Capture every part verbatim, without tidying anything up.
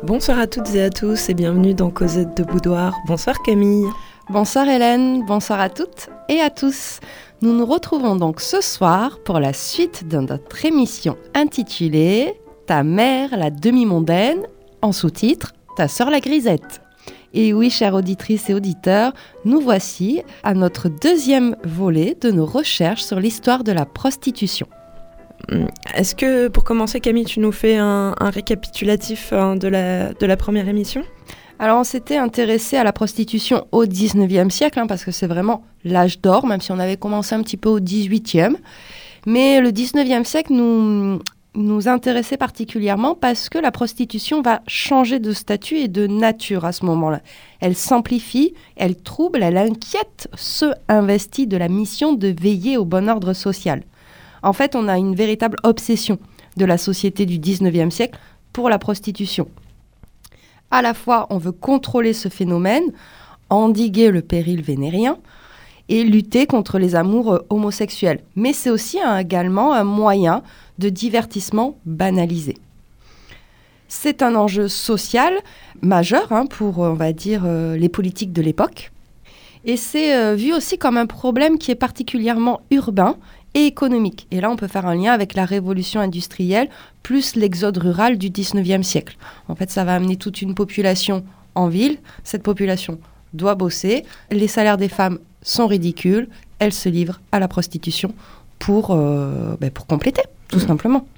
Bonsoir à toutes et à tous et bienvenue dans Cosette de Boudoir. Bonsoir Camille. Bonsoir Hélène, bonsoir à toutes et à tous. Nous nous retrouvons donc ce soir pour la suite de notre émission intitulée « Ta mère la demi-mondaine » en sous-titre « Ta sœur la grisette ». Et oui, chères auditrices et auditeurs, nous voici à notre deuxième volet de nos recherches sur l'histoire de la prostitution. Est-ce que, pour commencer, Camille, tu nous fais un, un récapitulatif hein, de, la, de la première émission ? Alors, on s'était intéressé à la prostitution au dix-neuvième siècle, hein, parce que c'est vraiment l'âge d'or, même si on avait commencé un petit peu au dix-huitième. Mais le dix-neuvième siècle nous, nous intéressait particulièrement parce que la prostitution va changer de statut et de nature à ce moment-là. Elle s'amplifie, elle trouble, elle inquiète ceux investis de la mission de veiller au bon ordre social. En fait, on a une véritable obsession de la société du dix-neuvième siècle pour la prostitution. À la fois, on veut contrôler ce phénomène, endiguer le péril vénérien et lutter contre les amours homosexuels. Mais c'est aussi un, également un moyen de divertissement banalisé. C'est un enjeu social majeur hein, pour, on va dire, euh, les politiques de l'époque. Et c'est euh, vu aussi comme un problème qui est particulièrement urbain et économique. Et là, on peut faire un lien avec la révolution industrielle plus l'exode rural du dix-neuvième siècle. En fait, ça va amener toute une population en ville. Cette population doit bosser. Les salaires des femmes sont ridicules. Elles se livrent à la prostitution pour, euh, ben pour compléter, tout mmh. simplement.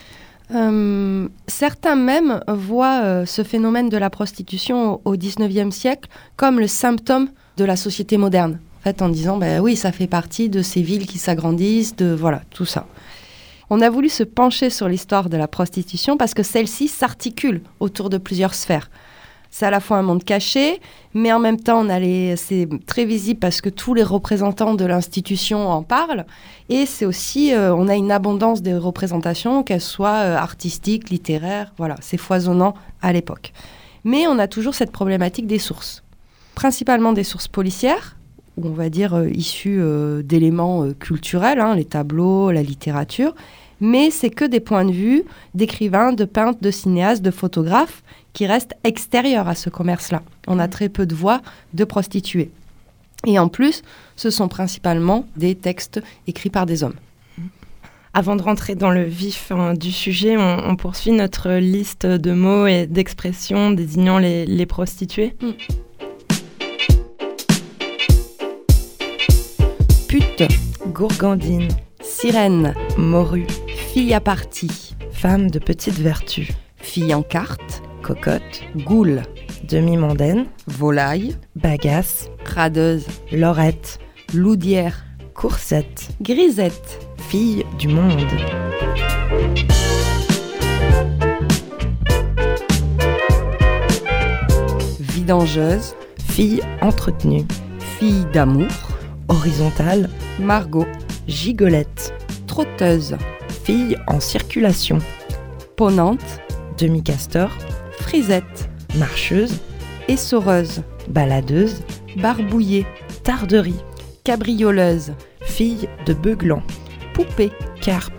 Euh, certains même voient euh, ce phénomène de la prostitution au, au dix-neuvième siècle comme le symptôme de la société moderne. En fait, en disant, ben oui, ça fait partie de ces villes qui s'agrandissent, de voilà, tout ça. On a voulu se pencher sur l'histoire de la prostitution parce que celle-ci s'articule autour de plusieurs sphères. C'est à la fois un monde caché, mais en même temps, on a les, c'est très visible parce que tous les représentants de l'institution en parlent. Et c'est aussi, euh, on a une abondance de représentations, qu'elles soient euh, artistiques, littéraires, voilà, c'est foisonnant à l'époque. Mais on a toujours cette problématique des sources. Principalement des sources policières, on va dire euh, issus euh, d'éléments euh, culturels, hein, les tableaux, la littérature, mais c'est que des points de vue d'écrivains, de peintres, de cinéastes, de photographes qui restent extérieurs à ce commerce-là. On a très peu de voix de prostituées. Et en plus, ce sont principalement des textes écrits par des hommes. Avant de rentrer dans le vif hein, du sujet, on, on poursuit notre liste de mots et d'expressions désignant les, les prostituées. Mm. Pute, gourgandine, sirène, morue, fille à partie, femme de petite vertu, fille en carte, cocotte, goule, demi-mondaine, volaille, bagasse, radeuse, lorette, loudière, coursette, grisette, fille du monde. Vidangeuse, fille entretenue, fille d'amour, horizontale, Margot, gigolette, trotteuse, fille en circulation, ponante, demi-castor, frisette, marcheuse, essoreuse, baladeuse, barbouillée, tarderie, cabrioleuse, fille de beuglant, poupée, carpe.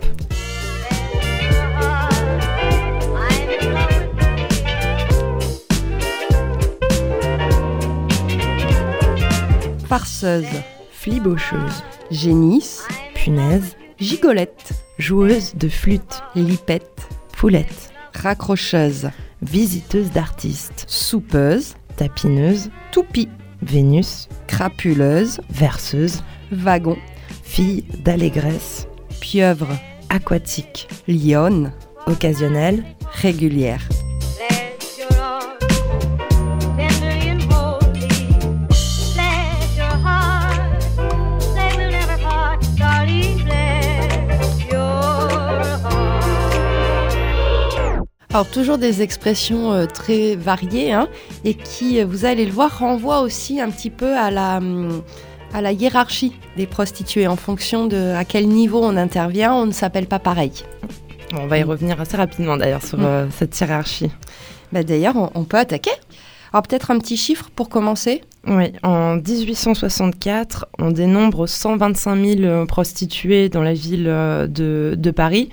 farceuse, flibocheuse, génisse, punaise, gigolette, joueuse de flûte, lipette, poulette, raccrocheuse, visiteuse d'artistes, soupeuse, tapineuse, toupie, Vénus, crapuleuse, verseuse, wagon, fille d'allégresse, pieuvre, aquatique, lionne, occasionnelle, régulière. Alors, toujours des expressions euh, très variées hein, et qui, euh, vous allez le voir, renvoient aussi un petit peu à la, hum, à la hiérarchie des prostituées. En fonction de à quel niveau on intervient, on ne s'appelle pas pareil. On va y revenir assez rapidement d'ailleurs sur mmh. euh, cette hiérarchie. Bah, d'ailleurs, on, on peut attaquer. Alors, peut-être un petit chiffre pour commencer. Oui, en dix-huit cent soixante-quatre, on dénombre cent vingt-cinq mille prostituées dans la ville de, de Paris.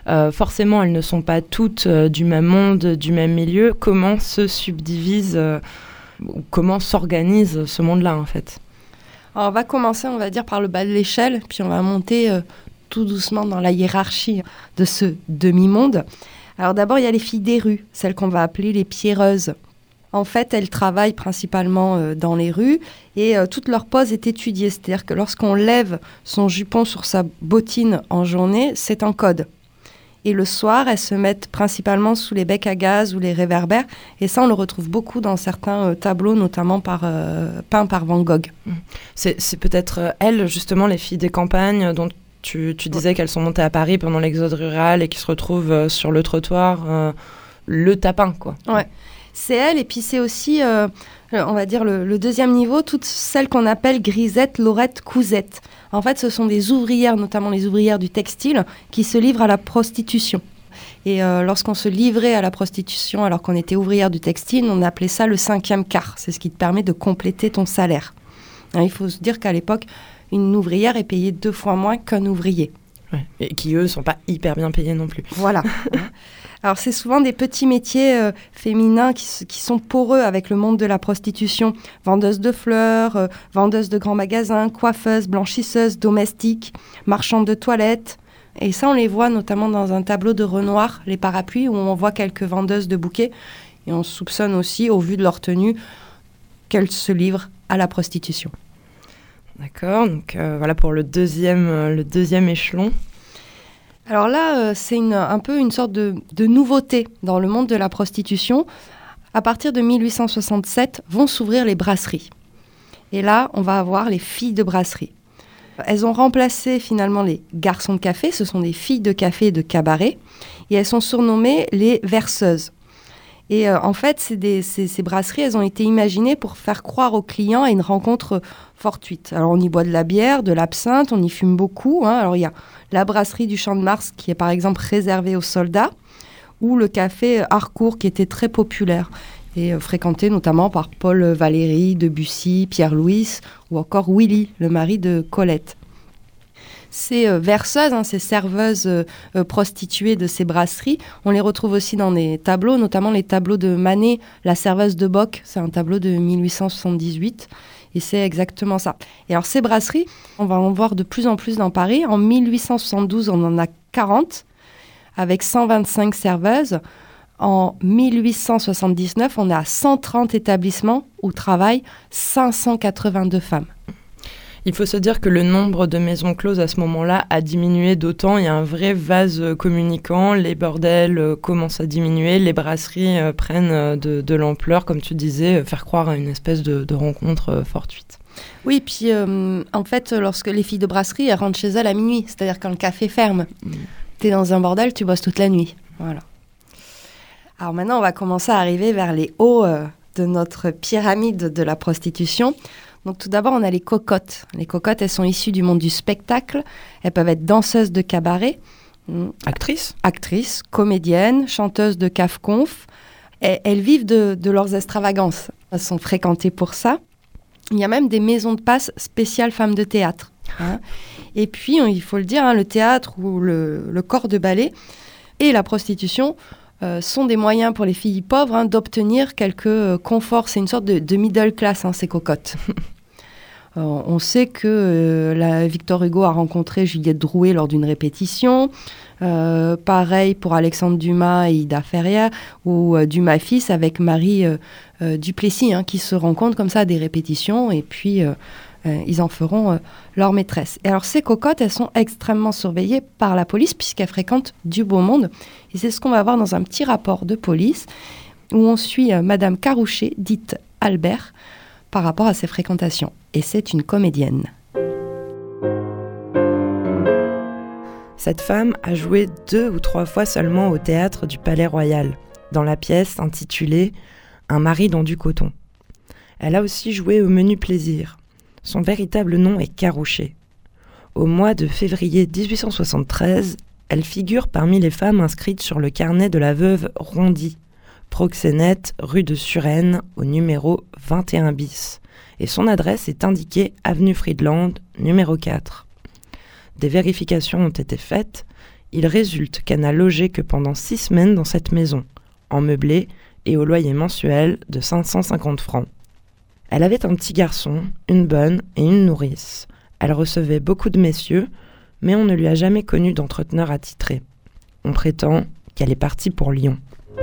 Euh, forcément, elles ne sont pas toutes euh, du même monde, du même milieu. Comment se subdivise, euh, comment s'organise ce monde-là, en fait ? Alors, on va commencer, on va dire, par le bas de l'échelle, puis on va monter euh, tout doucement dans la hiérarchie de ce demi-monde. Alors d'abord, il y a les filles des rues, celles qu'on va appeler les pierreuses. En fait, elles travaillent principalement euh, dans les rues et euh, toute leur pose est étudiée. C'est-à-dire que lorsqu'on lève son jupon sur sa bottine en journée, c'est un code. Et le soir, elles se mettent principalement sous les becs à gaz ou les réverbères. Et ça, on le retrouve beaucoup dans certains euh, tableaux, notamment par, euh, peints par Van Gogh. C'est, c'est peut-être euh, elles, justement, les filles des campagnes, dont tu, tu disais ouais. qu'elles sont montées à Paris pendant l'exode rural et qui se retrouvent euh, sur le trottoir, euh, le tapin, quoi. Ouais. C'est elle, et puis c'est aussi, euh, on va dire, le, le deuxième niveau, toutes celles qu'on appelle grisettes, lorettes, cousettes. En fait, ce sont des ouvrières, notamment les ouvrières du textile, qui se livrent à la prostitution. Et euh, lorsqu'on se livrait à la prostitution alors qu'on était ouvrière du textile, on appelait ça le cinquième quart. C'est ce qui te permet de compléter ton salaire. Alors, il faut se dire qu'à l'époque, une ouvrière est payée deux fois moins qu'un ouvrier. Ouais. Et qui, eux, ne sont pas hyper bien payés non plus. Voilà. Alors, c'est souvent des petits métiers euh, féminins qui, qui sont poreux avec le monde de la prostitution. Vendeuse de fleurs, euh, vendeuse de grands magasins, coiffeuse, blanchisseuse, domestique, marchande de toilettes. Et ça, on les voit notamment dans un tableau de Renoir, Les Parapluies, où on voit quelques vendeuses de bouquets. Et on soupçonne aussi, au vu de leur tenue, qu'elles se livrent à la prostitution. D'accord, donc euh, voilà pour le deuxième, euh, le deuxième échelon. Alors là, euh, c'est une, un peu une sorte de, de nouveauté dans le monde de la prostitution. À partir de mille huit cent soixante-sept, vont s'ouvrir les brasseries. Et là, on va avoir les filles de brasserie. Elles ont remplacé finalement les garçons de café. Ce sont des filles de café et de cabaret. Et elles sont surnommées les verseuses. Et euh, en fait, c'est des, ces, ces brasseries, elles ont été imaginées pour faire croire aux clients à une rencontre fortuite. Alors, on y boit de la bière, de l'absinthe, on y fume beaucoup. Hein. Alors, il y a la brasserie du Champ de Mars qui est par exemple réservée aux soldats, ou le café Harcourt qui était très populaire et euh, fréquenté notamment par Paul Valéry, Debussy, Pierre-Louis ou encore Willy, le mari de Colette. Ces euh, verseuses, hein, ces serveuses euh, euh, prostituées de ces brasseries, on les retrouve aussi dans des tableaux, notamment les tableaux de Manet, La serveuse de Bock, c'est un tableau de mille huit cent soixante-dix-huit, et c'est exactement ça. Et alors ces brasseries, on va en voir de plus en plus dans Paris. En mille huit cent soixante-douze, on en a quarante, avec cent vingt-cinq serveuses. En mille huit cent soixante-dix-neuf, on a cent trente établissements où travaillent cinq cent quatre-vingt-deux femmes. Il faut se dire que le nombre de maisons closes à ce moment-là a diminué d'autant. Il y a un vrai vase communicant. Les bordels euh, commencent à diminuer. Les brasseries euh, prennent euh, de, de l'ampleur, comme tu disais, euh, faire croire à une espèce de, de rencontre euh, fortuite. Oui, puis euh, en fait, lorsque les filles de brasserie, elles rentrent chez elles à minuit, c'est-à-dire quand le café ferme. Mmh. T'es dans un bordel, tu bosses toute la nuit. Voilà. Alors maintenant, on va commencer à arriver vers les hauts euh, de notre pyramide de la prostitution. Donc tout d'abord, on a les cocottes. Les cocottes, elles sont issues du monde du spectacle. Elles peuvent être danseuses de cabaret. Actrices. Actrices, comédiennes, chanteuses de caf-conf. Et elles vivent de, de leurs extravagances. Elles sont fréquentées pour ça. Il y a même des maisons de passe spéciales femmes de théâtre. Hein. Et puis, il faut le dire, hein, le théâtre ou le, le corps de ballet et la prostitution euh, sont des moyens pour les filles pauvres hein, d'obtenir quelques euh, conforts. C'est une sorte de, de middle class, hein, ces cocottes. Euh, on sait que euh, la Victor Hugo a rencontré Juliette Drouet lors d'une répétition. Euh, pareil pour Alexandre Dumas et Ida Ferrière, ou euh, Dumas fils avec Marie euh, euh, Duplessis, hein, qui se rencontrent comme ça à des répétitions, et puis euh, euh, ils en feront euh, leur maîtresse. Et alors ces cocottes, elles sont extrêmement surveillées par la police, puisqu'elles fréquentent du beau monde. Et c'est ce qu'on va voir dans un petit rapport de police, où on suit euh, Madame Carouchet, dite Albert, par rapport à ses fréquentations. Et c'est une comédienne. Cette femme a joué deux ou trois fois seulement au théâtre du Palais Royal, dans la pièce intitulée « Un mari dans du coton ». Elle a aussi joué au Menu Plaisir. Son véritable nom est Carouchet. Au mois de février dix-huit cent soixante-treize, elle figure parmi les femmes inscrites sur le carnet de la veuve Rondy, proxénète rue de Suresnes au numéro vingt et un bis. Et son adresse est indiquée avenue Friedland, numéro quatre. Des vérifications ont été faites. Il résulte qu'elle n'a logé que pendant six semaines dans cette maison, en meublé et au loyer mensuel de cinq cent cinquante francs. Elle avait un petit garçon, une bonne et une nourrice. Elle recevait beaucoup de messieurs, mais on ne lui a jamais connu d'entreteneur attitré. On prétend qu'elle est partie pour Lyon.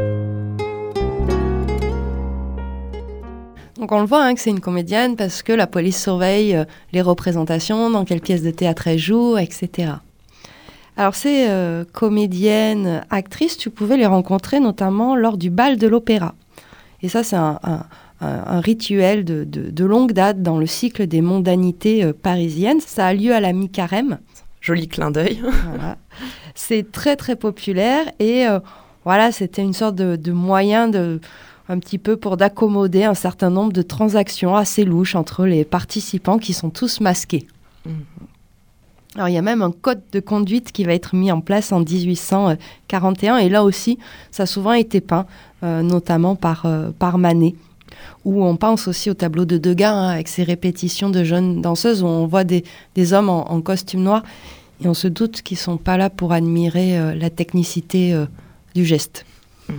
Donc on le voit hein, que c'est une comédienne parce que la police surveille euh, les représentations, dans quelles pièces de théâtre elle joue, et cetera. Alors ces euh, comédiennes, actrices, tu pouvais les rencontrer notamment lors du bal de l'opéra. Et ça, c'est un, un, un, un rituel de, de, de longue date dans le cycle des mondanités euh, parisiennes. Ça a lieu à la mi-carême. Joli clin d'œil. Voilà. C'est très, très populaire. Et euh, voilà, c'était une sorte de, de moyen de, un petit peu pour d'accommoder un certain nombre de transactions assez louches entre les participants qui sont tous masqués. Mmh. Alors, il y a même un code de conduite qui va être mis en place en dix-huit cent quarante et un. Et là aussi, ça a souvent été peint, euh, notamment par, euh, par Manet. Où on pense aussi au tableau de Degas, hein, avec ses répétitions de jeunes danseuses, où on voit des, des hommes en, en costume noir. Et on se doute qu'ils ne sont pas là pour admirer euh, la technicité euh, du geste. Mmh.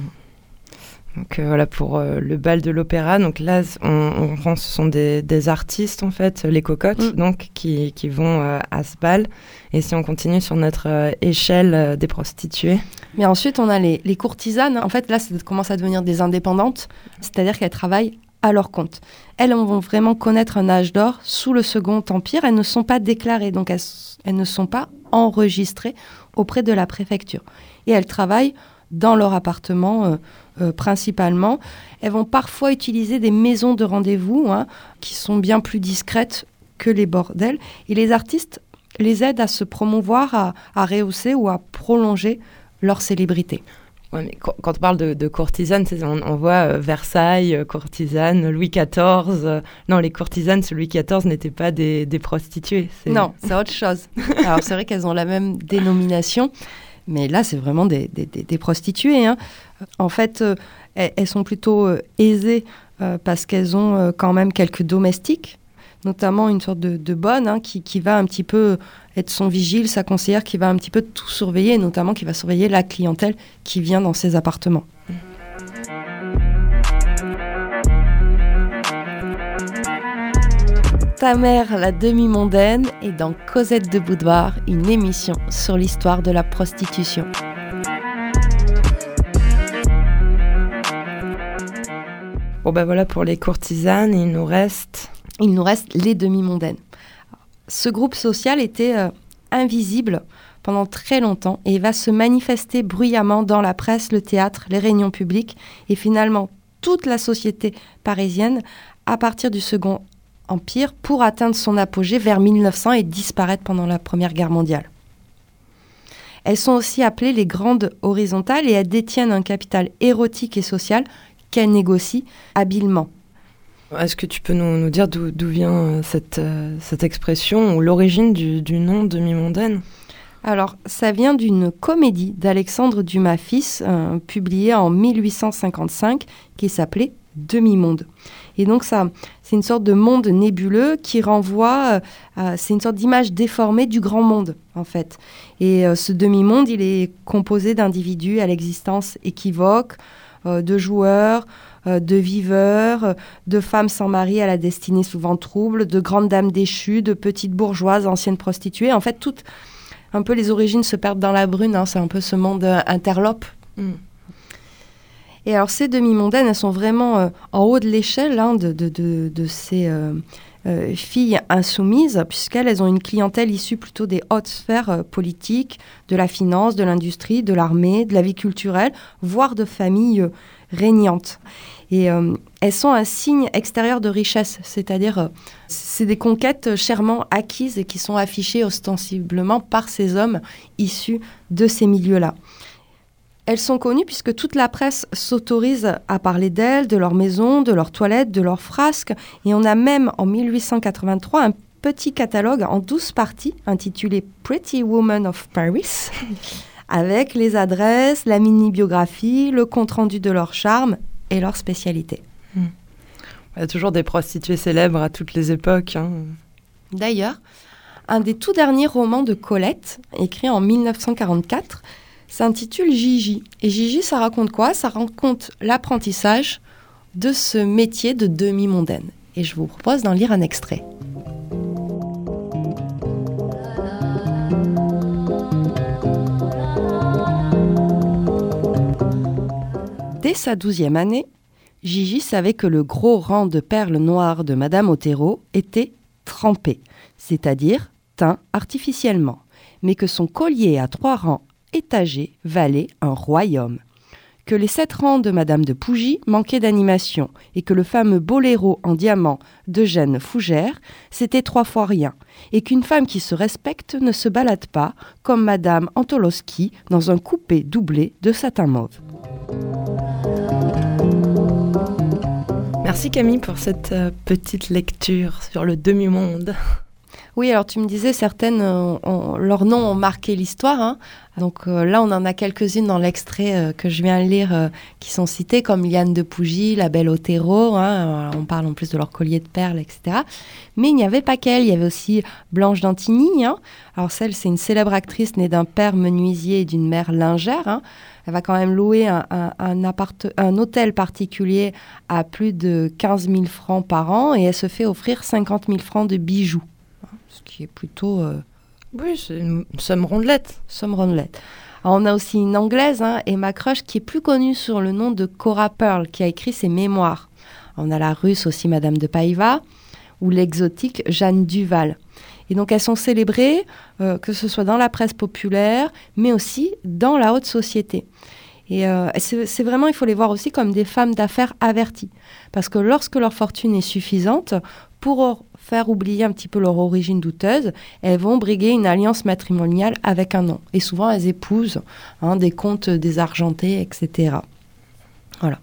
Donc euh, voilà pour euh, le bal de l'opéra. Donc là, on, on, ce sont des, des artistes en fait, les cocottes, mmh. donc qui, qui vont euh, à ce bal. Et si on continue sur notre euh, échelle euh, des prostituées. Mais ensuite, on a les, les courtisanes. En fait, là, ça commence à devenir des indépendantes, c'est-à-dire qu'elles travaillent à leur compte. Elles vont vraiment connaître un âge d'or sous le Second Empire. Elles ne sont pas déclarées, donc elles, elles ne sont pas enregistrées auprès de la préfecture. Et elles travaillent dans leur appartement euh, euh, principalement. Elles vont parfois utiliser des maisons de rendez-vous hein, qui sont bien plus discrètes que les bordels. Et les artistes les aident à se promouvoir, à, à rehausser ou à prolonger leur célébrité. Ouais, mais quand on parle de, de courtisanes, on, on voit euh, Versailles, euh, courtisane, Louis quatorze. Euh, non, les courtisanes sous Louis quatorze n'étaient pas des, des prostituées. C'est... Non, c'est autre chose. Alors c'est vrai qu'elles ont la même dénomination, mais là c'est vraiment des, des, des, des prostituées. Hein. En fait, euh, elles, elles sont plutôt euh, aisées euh, parce qu'elles ont euh, quand même quelques domestiques, notamment une sorte de, de bonne hein, qui, qui va un petit peu être son vigile, sa conseillère, qui va un petit peu tout surveiller, et notamment qui va surveiller la clientèle qui vient dans ses appartements. Ta mère, la demi-mondaine, est dans Cosette de Boudoir, une émission sur l'histoire de la prostitution. Bon ben voilà pour les courtisanes, il nous reste... Il nous reste les demi-mondaines. Ce groupe social était euh, invisible pendant très longtemps et va se manifester bruyamment dans la presse, le théâtre, les réunions publiques et finalement toute la société parisienne à partir du Second Empire pour atteindre son apogée vers mille neuf cents et disparaître pendant la Première Guerre mondiale. Elles sont aussi appelées les grandes horizontales et elles détiennent un capital érotique et social qu'elles négocient habilement. Est-ce que tu peux nous, nous dire d'où, d'où vient cette, euh, cette expression ou l'origine du, du nom demi-mondaine ? Alors, ça vient d'une comédie d'Alexandre Dumas fils, euh, publiée en mille huit cent cinquante-cinq, qui s'appelait Demi-monde. Et donc, ça, c'est une sorte de monde nébuleux qui renvoie, euh, à, c'est une sorte d'image déformée du grand monde, en fait. Et euh, ce demi-monde, il est composé d'individus à l'existence équivoque, euh, de joueurs, Euh, de viveurs, euh, de femmes sans mari à la destinée souvent trouble, de grandes dames déchues, de petites bourgeoises, anciennes prostituées. En fait, toutes, un peu les origines se perdent dans la brune. Hein, c'est un peu ce monde euh, interlope. Mm. Et alors, ces demi-mondaines, elles sont vraiment euh, en haut de l'échelle hein, de, de, de, de ces euh, euh, filles insoumises, puisqu'elles elles ont une clientèle issue plutôt des hautes sphères euh, politiques, de la finance, de l'industrie, de l'armée, de la vie culturelle, voire de familles euh, régnantes. Et euh, elles sont un signe extérieur de richesse, c'est-à-dire euh, c'est des conquêtes chèrement acquises et qui sont affichées ostensiblement par ces hommes issus de ces milieux-là. Elles sont connues puisque toute la presse s'autorise à parler d'elles, de leur maison, de leurs toilettes, de leurs frasques. Et on a même en mille huit cent quatre-vingt-trois un petit catalogue en douze parties intitulé « Pretty Women of Paris » avec les adresses, la mini-biographie, le compte-rendu de leur charme et leur spécialité. Mmh. Il y a toujours des prostituées célèbres à toutes les époques. Hein. D'ailleurs, un des tout derniers romans de Colette, écrit en dix-neuf cent quarante-quatre, s'intitule Gigi. Et Gigi, ça raconte quoi ? Ça raconte l'apprentissage de ce métier de demi-mondaine. Et je vous propose d'en lire un extrait. Dès sa douzième année, Gigi savait que le gros rang de perles noires de Madame Otero était trempé, c'est-à-dire teint artificiellement, mais que son collier à trois rangs étagés valait un royaume, que les sept rangs de Madame de Pougy manquaient d'animation et que le fameux boléro en diamant d'Eugène Fougère, c'était trois fois rien, et qu'une femme qui se respecte ne se balade pas comme Madame Antolowski dans un coupé doublé de satin mauve. Merci Camille pour cette euh, petite lecture sur le demi-monde. Oui, alors tu me disais, certaines, euh, ont, leurs noms ont marqué l'histoire. Hein. Donc euh, là, on en a quelques-unes dans l'extrait euh, que je viens de lire euh, qui sont citées, comme Liane de Pougy, la belle Otero. Hein, on parle en plus de leur collier de perles, et cetera. Mais il n'y avait pas qu'elle, il y avait aussi Blanche d'Antigny. Hein. Alors celle, c'est une célèbre actrice née d'un père menuisier et d'une mère lingère. Hein. Elle va quand même louer un, un, un, appart- un hôtel particulier à plus de quinze mille francs par an et elle se fait offrir cinquante mille francs de bijoux. Ce qui est plutôt... Euh, oui, c'est une somme rondelette. Somme rondelette. Alors, on a aussi une Anglaise, hein, Emma Crush, qui est plus connue sur le nom de Cora Pearl, qui a écrit ses mémoires. On a la Russe aussi, Madame de Paiva, ou l'exotique Jeanne Duval. Et donc, elles sont célébrées, euh, que ce soit dans la presse populaire, mais aussi dans la haute société. Et euh, c'est, c'est vraiment, il faut les voir aussi comme des femmes d'affaires averties. Parce que lorsque leur fortune est suffisante, pour faire oublier un petit peu leur origine douteuse, elles vont briguer une alliance matrimoniale avec un homme. Et souvent, elles épousent hein, des comtes désargentés, et cetera. Voilà.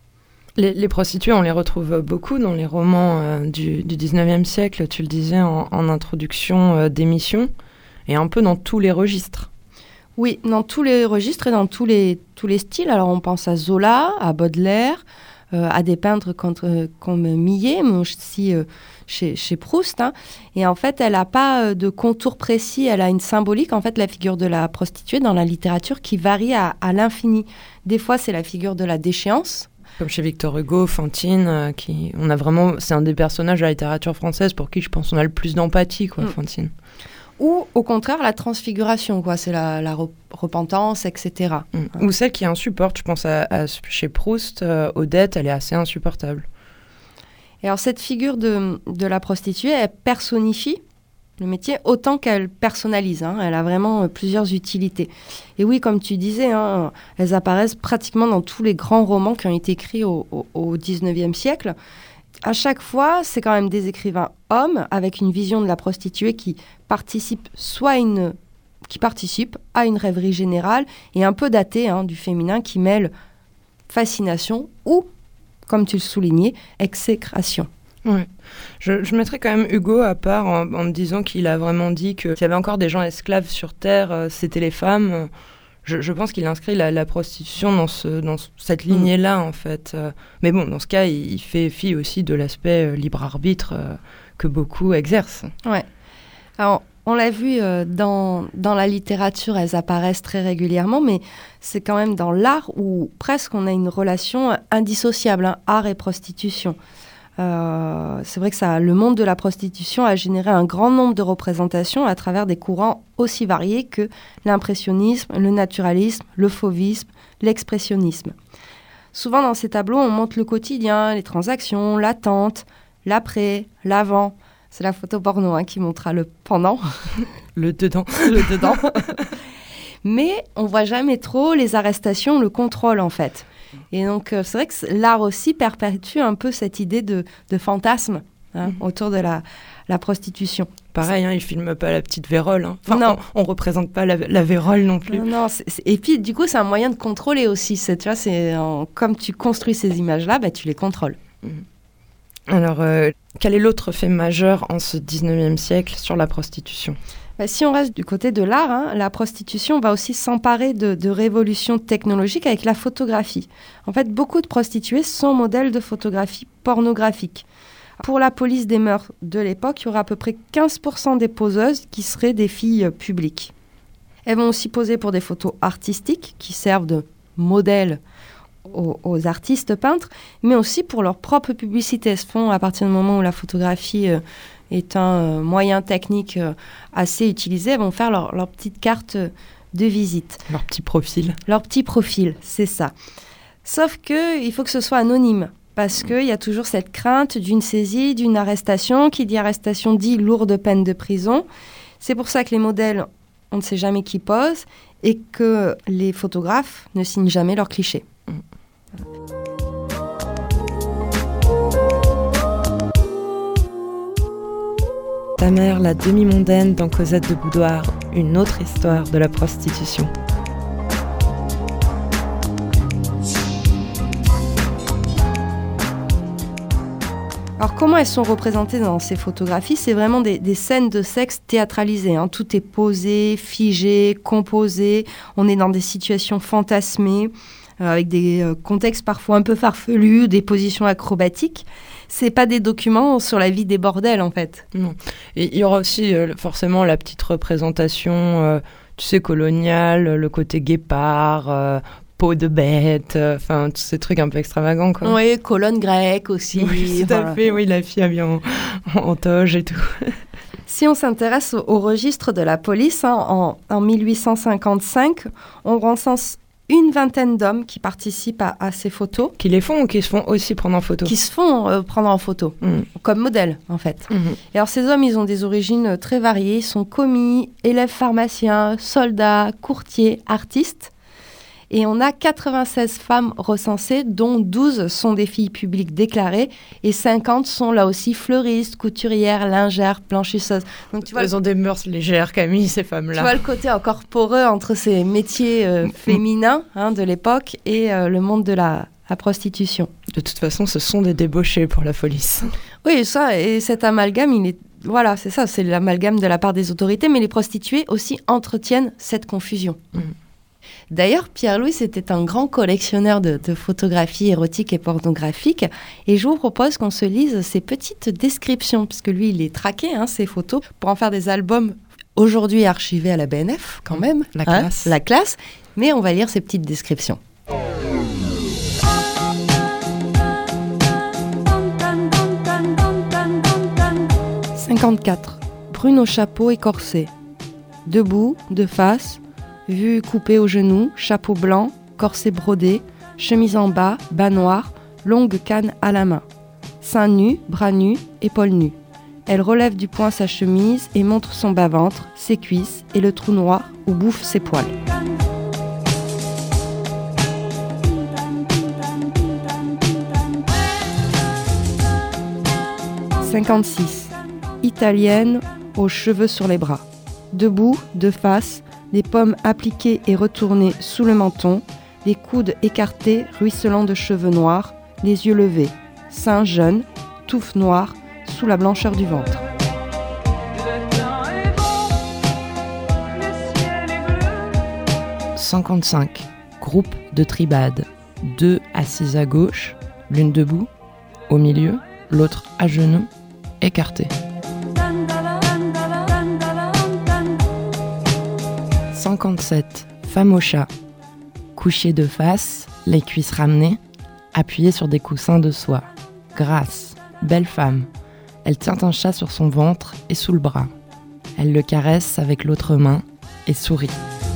Les, les prostituées, on les retrouve beaucoup dans les romans euh, du, du dix-neuvième siècle, tu le disais en, en introduction euh, d'émission, et un peu dans tous les registres. Oui, dans tous les registres et dans tous les, tous les styles. Alors, on pense à Zola, à Baudelaire, euh, à des peintres contre, euh, comme Millet, mais aussi euh, chez, chez Proust. Hein. Et en fait, elle n'a pas euh, de contour précis, elle a une symbolique, en fait, la figure de la prostituée dans la littérature qui varie à, à l'infini. Des fois, c'est la figure de la déchéance. Comme chez Victor Hugo, Fantine, euh, qui, on a vraiment, c'est un des personnages de la littérature française pour qui je pense on a le plus d'empathie, quoi, mm. Fantine. Ou au contraire la transfiguration, quoi, c'est la, la re- repentance, et cetera. Mm. Hein. Ou celle qui insupporte, je pense à, à chez Proust, euh, Odette, elle est assez insupportable. Et alors cette figure de, de la prostituée, elle personnifie le métier autant qu'elle personnalise. Hein. Elle a vraiment euh, plusieurs utilités. Et oui, comme tu disais, hein, elles apparaissent pratiquement dans tous les grands romans qui ont été écrits au, au, au dix-neuvième siècle. À chaque fois, c'est quand même des écrivains hommes avec une vision de la prostituée qui participe soit à une, qui participe à une rêverie générale et un peu datée hein, du féminin qui mêle fascination ou, comme tu le soulignais, exécration. Ouais. Je, je mettrais quand même Hugo à part en, en me disant qu'il a vraiment dit que s'il y avait encore des gens esclaves sur Terre, euh, c'était les femmes. Je, je pense qu'il inscrit la, la prostitution dans, ce, dans cette lignée-là, en fait. Euh, mais bon, dans ce cas, il, il fait fi aussi de l'aspect euh, libre-arbitre euh, que beaucoup exercent. Ouais. Alors, on l'a vu euh, dans, dans la littérature, elles apparaissent très régulièrement, mais c'est quand même dans l'art où presque on a une relation indissociable, hein, art et prostitution. Euh, c'est vrai que ça, le monde de la prostitution a généré un grand nombre de représentations à travers des courants aussi variés que l'impressionnisme, le naturalisme, le fauvisme, l'expressionnisme. Souvent dans ces tableaux, on montre le quotidien, les transactions, l'attente, l'après, l'avant. C'est la photo porno hein, qui montrera le pendant. Le dedans. Le dedans. Mais on voit jamais trop les arrestations, le contrôle en fait. Et donc, euh, c'est vrai que l'art aussi perpétue un peu cette idée de, de fantasme hein, mmh. autour de la, la prostitution. Pareil, hein, il ne filme pas la petite vérole. Hein. Enfin, non. On ne représente pas la, la vérole non plus. Non, non c'est, c'est, et puis, du coup, c'est un moyen de contrôler aussi. C'est, tu vois, c'est, en, comme tu construis ces images-là, bah, tu les contrôles. Mmh. Alors, euh, quel est l'autre fait majeur en ce dix-neuvième siècle sur la prostitution ? Bah, si on reste du côté de l'art, hein, la prostitution va aussi s'emparer de, de révolutions technologiques avec la photographie. En fait, beaucoup de prostituées sont modèles de photographie pornographique. Pour la police des mœurs de l'époque, il y aura à peu près quinze pour cent des poseuses qui seraient des filles publiques. Elles vont aussi poser pour des photos artistiques qui servent de modèle aux, aux artistes peintres, mais aussi pour leur propre publicité. Elles se font à partir du moment où la photographie euh, est un euh, moyen technique euh, assez utilisé, elles vont faire leur, leur petite carte de visite. Leur petit profil. Leur petit profil, c'est ça. Sauf qu'il faut que ce soit anonyme, parce qu'il y a toujours cette crainte d'une saisie, d'une arrestation. Qui dit arrestation dit lourde peine de prison. C'est pour ça que les modèles, on ne sait jamais qui pose, et que les photographes ne signent jamais leurs clichés. Mmh. Ta mère, la demi-mondaine dans Cosette de Boudoir, une autre histoire de la prostitution. Alors comment elles sont représentées dans ces photographies ? C'est vraiment des, des scènes de sexe théâtralisées, hein. Tout est posé, figé, composé. On est dans des situations fantasmées, euh, avec des euh, contextes parfois un peu farfelus, des positions acrobatiques. C'est pas des documents sur la vie des bordels, en fait. Non. Et il y aura aussi euh, forcément la petite représentation, euh, tu sais, coloniale, le côté guépard, euh, peau de bête, enfin, euh, tous ces trucs un peu extravagants, quoi. Oui, colonne grecque aussi. Oui, tout voilà. à fait, oui, la fille habillée en, en toge et tout. Si on s'intéresse au, au registre de la police, hein, en, en mille huit cent cinquante-cinq, on recense une vingtaine d'hommes qui participent à, à ces photos. Qui les font ou qui se font aussi prendre en photo ? Qui se font euh, prendre en photo, mmh. comme modèle, en fait. Mmh. Et alors, ces hommes, ils ont des origines très variées. Ils sont commis, élèves pharmaciens, soldats, courtiers, artistes. Et on a quatre-vingt-seize femmes recensées, dont douze sont des filles publiques déclarées et cinquante sont là aussi fleuristes, couturières, lingères, blanchisseuses. Donc, tu vois, elles ont des mœurs légères, Camille, ces femmes-là. Tu vois le côté encore poreux entre ces métiers euh, féminins hein, de l'époque et euh, le monde de la, la prostitution. De toute façon, ce sont des débauchés pour la police. Oui, ça, et cet amalgame, il est... Voilà, c'est ça, c'est l'amalgame de la part des autorités, mais les prostituées aussi entretiennent cette confusion. Mmh. D'ailleurs, Pierre-Louis était un grand collectionneur de, de photographies érotiques et pornographiques. Et je vous propose qu'on se lise ces petites descriptions, puisque lui, il les traquait, hein, ces photos, pour en faire des albums aujourd'hui archivés à la B N F, quand même. La classe. Hein, la classe. Mais on va lire ces petites descriptions. cinquante-quatre. Brune au chapeau et corset. Debout, de face... Vue coupée au genou, chapeau blanc, corset brodé, chemise en bas, bas noir, longue canne à la main. Seins nus, bras nus, épaules nues. Elle relève du poing sa chemise et montre son bas-ventre, ses cuisses et le trou noir où bouffent ses poils. cinquante-six. Italienne, aux cheveux sur les bras. Debout, de face, les pommes appliquées et retournées sous le menton, les coudes écartés ruisselant de cheveux noirs, les yeux levés, seins jeunes, touffes noires, sous la blancheur du ventre. cinquante-cinq. Groupe de tribades. Deux assises à gauche, l'une debout, au milieu, l'autre à genoux, écartée. cinquante-sept. Femme au chat. Couchée de face, les cuisses ramenées, appuyée sur des coussins de soie. Grasse, belle femme. Elle tient un chat sur son ventre et sous le bras. Elle le caresse avec l'autre main et sourit.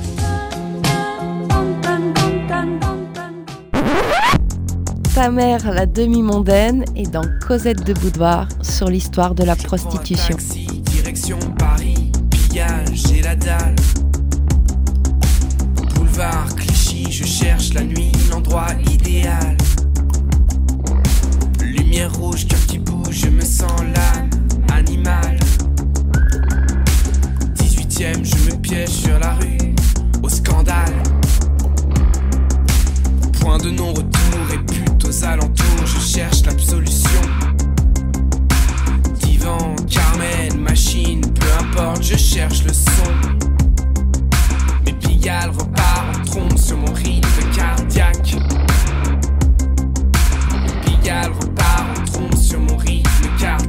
Ta mère, la demi-mondaine, est dans Cosette de Boudoir sur l'histoire de la prostitution. Taxi, direction Paris, pillage et la dalle. Boulevard Clichy, je cherche la nuit, l'endroit idéal. Lumière rouge, cœur qui bouge, je me sens l'âme animale. dix-huitième, je me piège sur la rue, au scandale. Point de non-retour et pute aux alentours, je cherche l'absolution. Divan, Carmen, machine, peu importe, je cherche le son. Mes Pigalle repart en trombe sur mon rythme cardiaque. Mes Pigalle repart en trombe sur mon rythme cardiaque.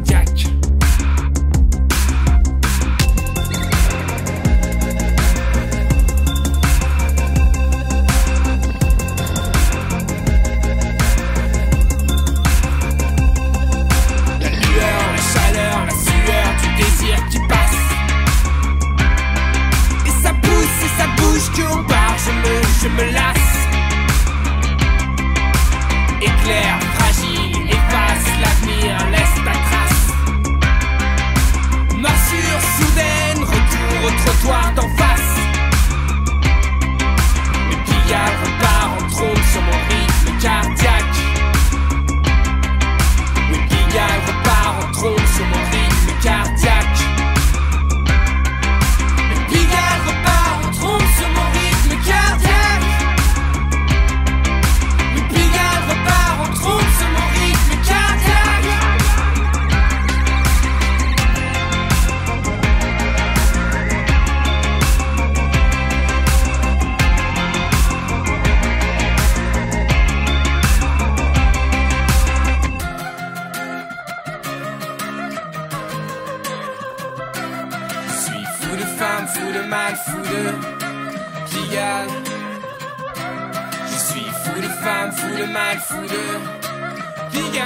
femme, fou de mal, fou de Pigalle. Je suis fou de femme, fou de mal, fou de Pigalle.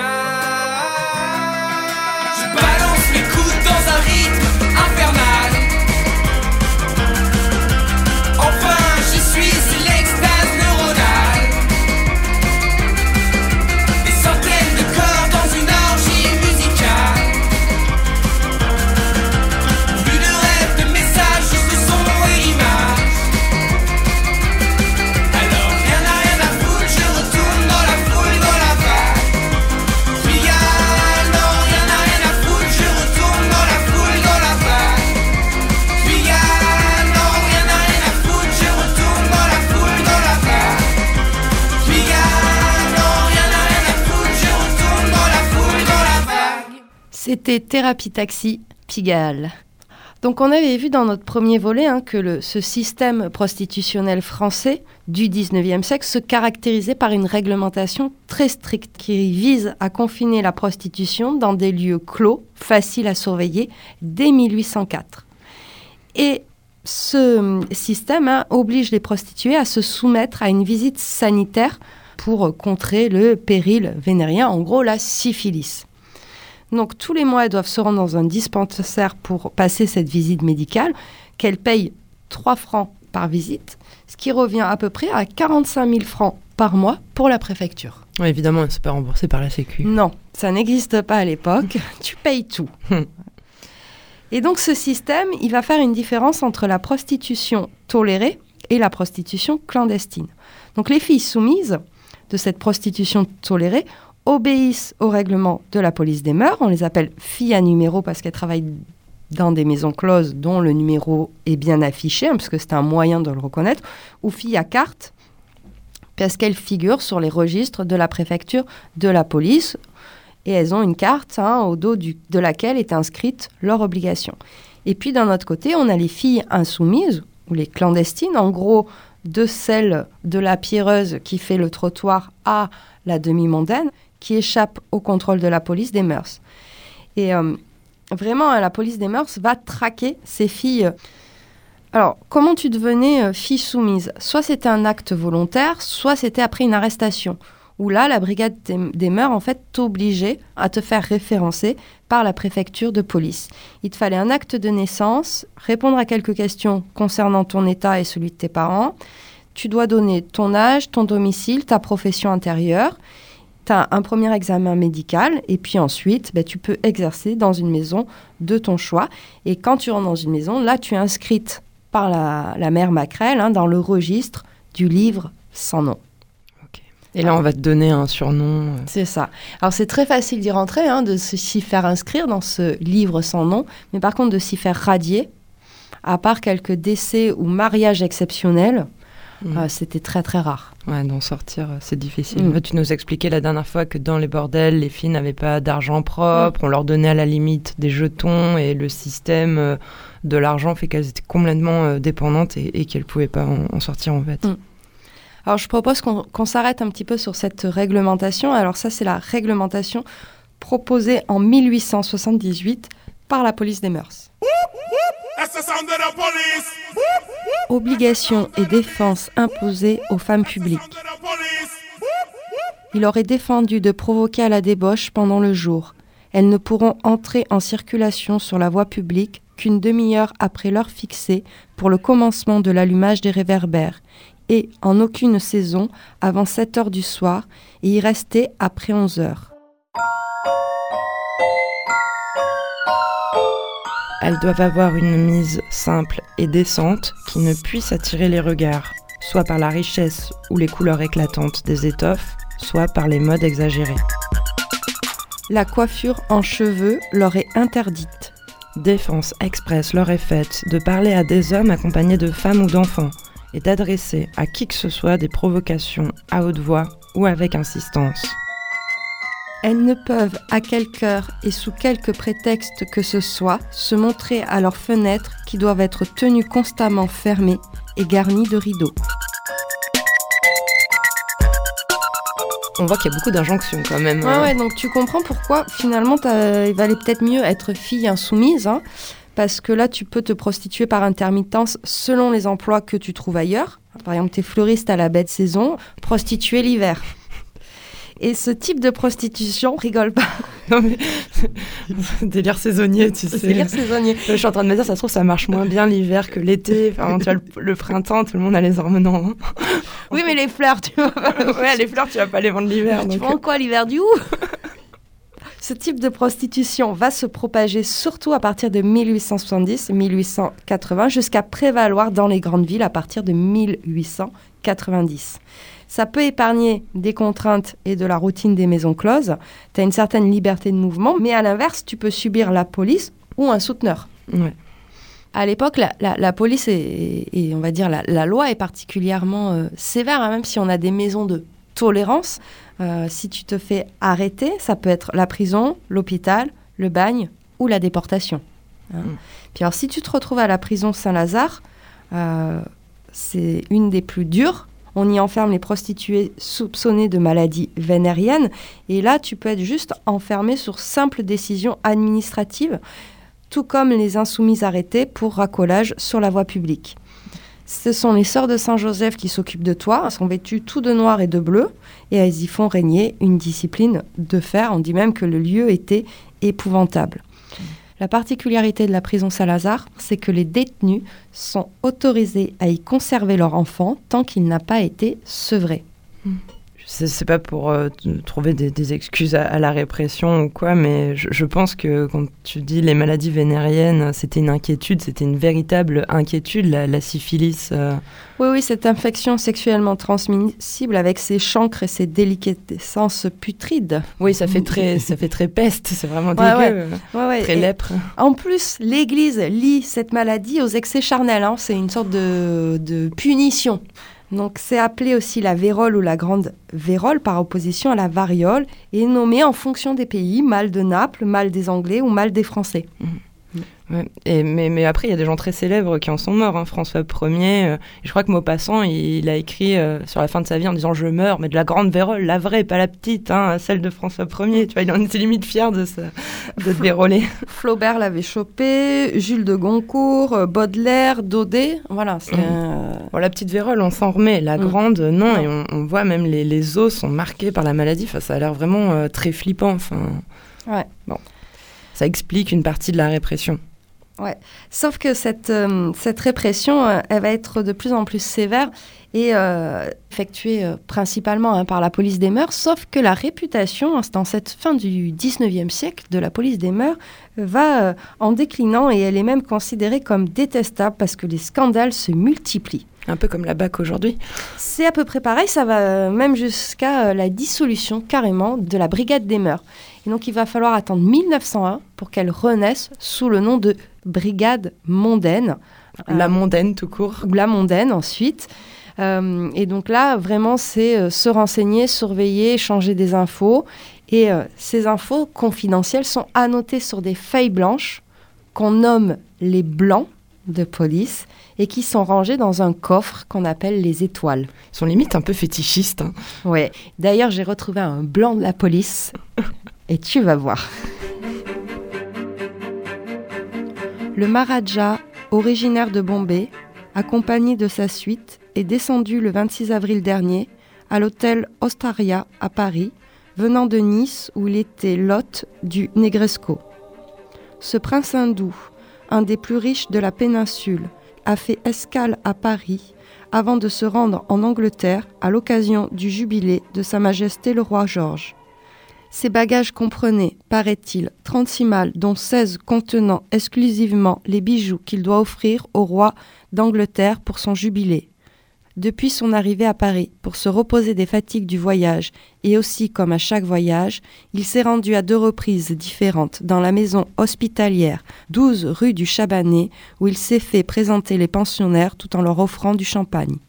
Je balance mes coudes dans un rythme infernal. Enfin, j'y suis, c'est l'extase neuronale. Des centaines de corps dans une orgie musicale. Plus de rêves, de messages, juste de son et images. Alors rien n'a rien à foutre, je retourne dans la foule, dans la vague. Pigalle, non, rien n'a rien à foutre, je retourne dans la foule, dans la vague. Pigalle, non, rien n'a rien à foutre, je retourne dans la foule, dans la vague. Pigalle, non, rien n'a rien à foutre, je retourne dans la foule, dans la vague. C'était Thérapie Taxi, Pigalle. Donc on avait vu dans notre premier volet hein, que le, ce système prostitutionnel français du dix-neuvième siècle se caractérisait par une réglementation très stricte qui vise à confiner la prostitution dans des lieux clos, faciles à surveiller, dès mille huit cent quatre. Et ce système hein, oblige les prostituées à se soumettre à une visite sanitaire pour contrer le péril vénérien, en gros la syphilis. Donc tous les mois, elles doivent se rendre dans un dispensaire pour passer cette visite médicale, qu'elles payent trois francs par visite, ce qui revient à peu près à quarante-cinq mille francs par mois pour la préfecture. Ouais, évidemment, c'est pas remboursé par la Sécu. Non, ça n'existe pas à l'époque, tu payes tout. Et donc ce système, il va faire une différence entre la prostitution tolérée et la prostitution clandestine. Donc les filles soumises de cette prostitution tolérée obéissent au règlement de la police des mœurs. On les appelle filles à numéro parce qu'elles travaillent dans des maisons closes dont le numéro est bien affiché, hein, parce que c'est un moyen de le reconnaître, ou filles à carte parce qu'elles figurent sur les registres de la préfecture de la police et elles ont une carte hein, au dos du, de laquelle est inscrite leur obligation. Et puis d'un autre côté, on a les filles insoumises ou les clandestines, en gros de celles de la pierreuse qui fait le trottoir à la demi-mondaine, qui échappe au contrôle de la police des mœurs. Et euh, vraiment, la police des mœurs va traquer ces filles. Alors, comment tu devenais euh, fille soumise ? Soit c'était un acte volontaire, soit c'était après une arrestation, où là, la brigade des, des mœurs, en fait, t'obligeait à te faire référencer par la préfecture de police. Il te fallait un acte de naissance, répondre à quelques questions concernant ton état et celui de tes parents. Tu dois donner ton âge, ton domicile, ta profession antérieure. Tu as un premier examen médical et puis ensuite, ben, tu peux exercer dans une maison de ton choix. Et quand tu rentres dans une maison, là, tu es inscrite par la, la mère Macrel hein, dans le registre du livre sans nom. Okay. Et là, on va te donner un surnom. Euh... C'est ça. Alors, c'est très facile d'y rentrer, hein, de s'y faire inscrire dans ce livre sans nom. Mais par contre, de s'y faire radier, à part quelques décès ou mariages exceptionnels, Mmh. Euh, c'était très très rare. Ouais, d'en sortir, euh, c'est difficile. Mmh. Tu nous expliquais la dernière fois que dans les bordels, les filles n'avaient pas d'argent propre, mmh. on leur donnait à la limite des jetons et le système euh, de l'argent fait qu'elles étaient complètement euh, dépendantes et, et qu'elles ne pouvaient pas en, en sortir en fait. Mmh. Alors je propose qu'on, qu'on s'arrête un petit peu sur cette réglementation. Alors ça, c'est la réglementation proposée en mille huit cent soixante-dix-huit par la police des mœurs. Obligation et défense imposées aux femmes publiques. Il aurait défendu de provoquer à la débauche pendant le jour. Elles ne pourront entrer en circulation sur la voie publique qu'une demi-heure après l'heure fixée pour le commencement de l'allumage des réverbères et en aucune saison avant sept heures du soir et y rester après onze heures. Elles doivent avoir une mise simple et décente qui ne puisse attirer les regards, soit par la richesse ou les couleurs éclatantes des étoffes, soit par les modes exagérés. La coiffure en cheveux leur est interdite. Défense expresse leur est faite de parler à des hommes accompagnés de femmes ou d'enfants et d'adresser à qui que ce soit des provocations à haute voix ou avec insistance. Elles ne peuvent, à quelque heure et sous quelque prétexte que ce soit, se montrer à leurs fenêtres qui doivent être tenues constamment fermées et garnies de rideaux. On voit qu'il y a beaucoup d'injonctions quand même. Ouais, ouais, donc tu comprends pourquoi finalement il valait peut-être mieux être fille insoumise, hein, parce que là, tu peux te prostituer par intermittence selon les emplois que tu trouves ailleurs. Par exemple, tu es fleuriste à la baie de saison, prostituée l'hiver. Et ce type de prostitution, rigole pas. Non mais, délire saisonnier, tu sais. Délire saisonnier. Je suis en train de me dire, ça se trouve, ça marche moins bien l'hiver que l'été. Enfin, tu vois, le, le printemps, tout le monde a les hormones en... Oui, mais les fleurs, tu vois. Ouais, les fleurs, tu vas pas les vendre l'hiver. Tu donc... vends quoi l'hiver du hou? Ce type de prostitution va se propager surtout à partir de mille huit cent soixante-dix, mille huit cent quatre-vingts, jusqu'à prévaloir dans les grandes villes à partir de mille huit cent quatre-vingt-dix. Ça peut épargner des contraintes et de la routine des maisons closes. Tu as une certaine liberté de mouvement, mais à l'inverse, tu peux subir la police ou un souteneur. Ouais. À l'époque, la, la, la police et, et on va dire la, la loi est particulièrement euh, sévère, hein, même si on a des maisons de tolérance. Euh, si tu te fais arrêter, ça peut être la prison, l'hôpital, le bagne ou la déportation. Hein. Mmh. Puis alors, si tu te retrouves à la prison Saint-Lazare, euh, c'est une des plus dures. On y enferme les prostituées soupçonnées de maladies vénériennes. Et là, tu peux être juste enfermé sur simple décision administrative, tout comme les insoumises arrêtées pour racolage sur la voie publique. Ce sont les sœurs de Saint-Joseph qui s'occupent de toi. Elles sont vêtues tout de noir et de bleu et elles y font régner une discipline de fer. On dit même que le lieu était épouvantable. La particularité de la prison Saint-Lazare, c'est que les détenus sont autorisés à y conserver leur enfant tant qu'il n'a pas été sevré. Mmh. C'est, c'est pas pour euh, trouver des, des excuses à, à la répression ou quoi, mais je, je pense que quand tu dis les maladies vénériennes, c'était une inquiétude, c'était une véritable inquiétude, la, la syphilis. Euh... Oui, oui, cette infection sexuellement transmissible avec ses chancres et ses déliquescences putrides. Oui, ça fait très, ça fait très peste, c'est vraiment ouais, dégueu, ouais. Ouais, ouais. Très et lèpre. En plus, l'Église lie cette maladie aux excès charnels, hein. C'est une sorte de, de punition. Donc, c'est appelé aussi la vérole ou la grande vérole par opposition à la variole et nommé en fonction des pays, mal de Naples, mal des Anglais ou mal des Français. Mmh. Ouais. Et, mais, mais après, il y a des gens très célèbres qui en sont morts. Hein. François Ier, euh, je crois que Maupassant, il, il a écrit euh, sur la fin de sa vie en disant « Je meurs, mais de la grande vérole, la vraie, pas la petite, hein, celle de François Ier. » Tu vois, il en était limite fier de se, de se véroler. Flaubert l'avait chopé, Jules de Goncourt, Baudelaire, Daudet, voilà. C'est, euh... bon, la petite vérole, on s'en remet. La mmh. grande, non. non. Et on, on voit même les, les os sont marqués par la maladie. Enfin, ça a l'air vraiment euh, très flippant. Enfin, ouais. Bon, ça explique une partie de la répression. Ouais. Sauf que cette, euh, cette répression, euh, elle va être de plus en plus sévère et euh, effectuée euh, principalement hein, par la police des mœurs. Sauf que la réputation, dans cette fin du dix-neuvième siècle, de la police des mœurs, va euh, en déclinant et elle est même considérée comme détestable parce que les scandales se multiplient. Un peu comme la B A C aujourd'hui. C'est à peu près pareil, ça va même jusqu'à euh, la dissolution carrément de la brigade des mœurs. Et donc il va falloir attendre mille neuf cent un pour qu'elle renaisse sous le nom de brigade mondaine. La euh, mondaine tout court. Ou la mondaine ensuite. Euh, et donc là, vraiment, c'est euh, se renseigner, surveiller, échanger des infos. Et euh, ces infos confidentielles sont annotées sur des feuilles blanches qu'on nomme les blancs de police et qui sont rangés dans un coffre qu'on appelle les étoiles. Ils sont limite un peu fétichistes. Hein. Ouais. D'ailleurs, j'ai retrouvé un blanc de la police et tu vas voir. Le Maharaja, originaire de Bombay, accompagné de sa suite, est descendu le vingt-six avril dernier à l'hôtel Ostaria à Paris, venant de Nice où il était l'hôte du Negresco. Ce prince hindou, un des plus riches de la péninsule, a fait escale à Paris avant de se rendre en Angleterre à l'occasion du jubilé de Sa Majesté le roi George. Ses bagages comprenaient, paraît-il, trente-six malles, dont seize contenant exclusivement les bijoux qu'il doit offrir au roi d'Angleterre pour son jubilé. Depuis son arrivée à Paris, pour se reposer des fatigues du voyage, et aussi comme à chaque voyage, il s'est rendu à deux reprises différentes dans la maison hospitalière douze rue du Chabanais, où il s'est fait présenter les pensionnaires tout en leur offrant du champagne.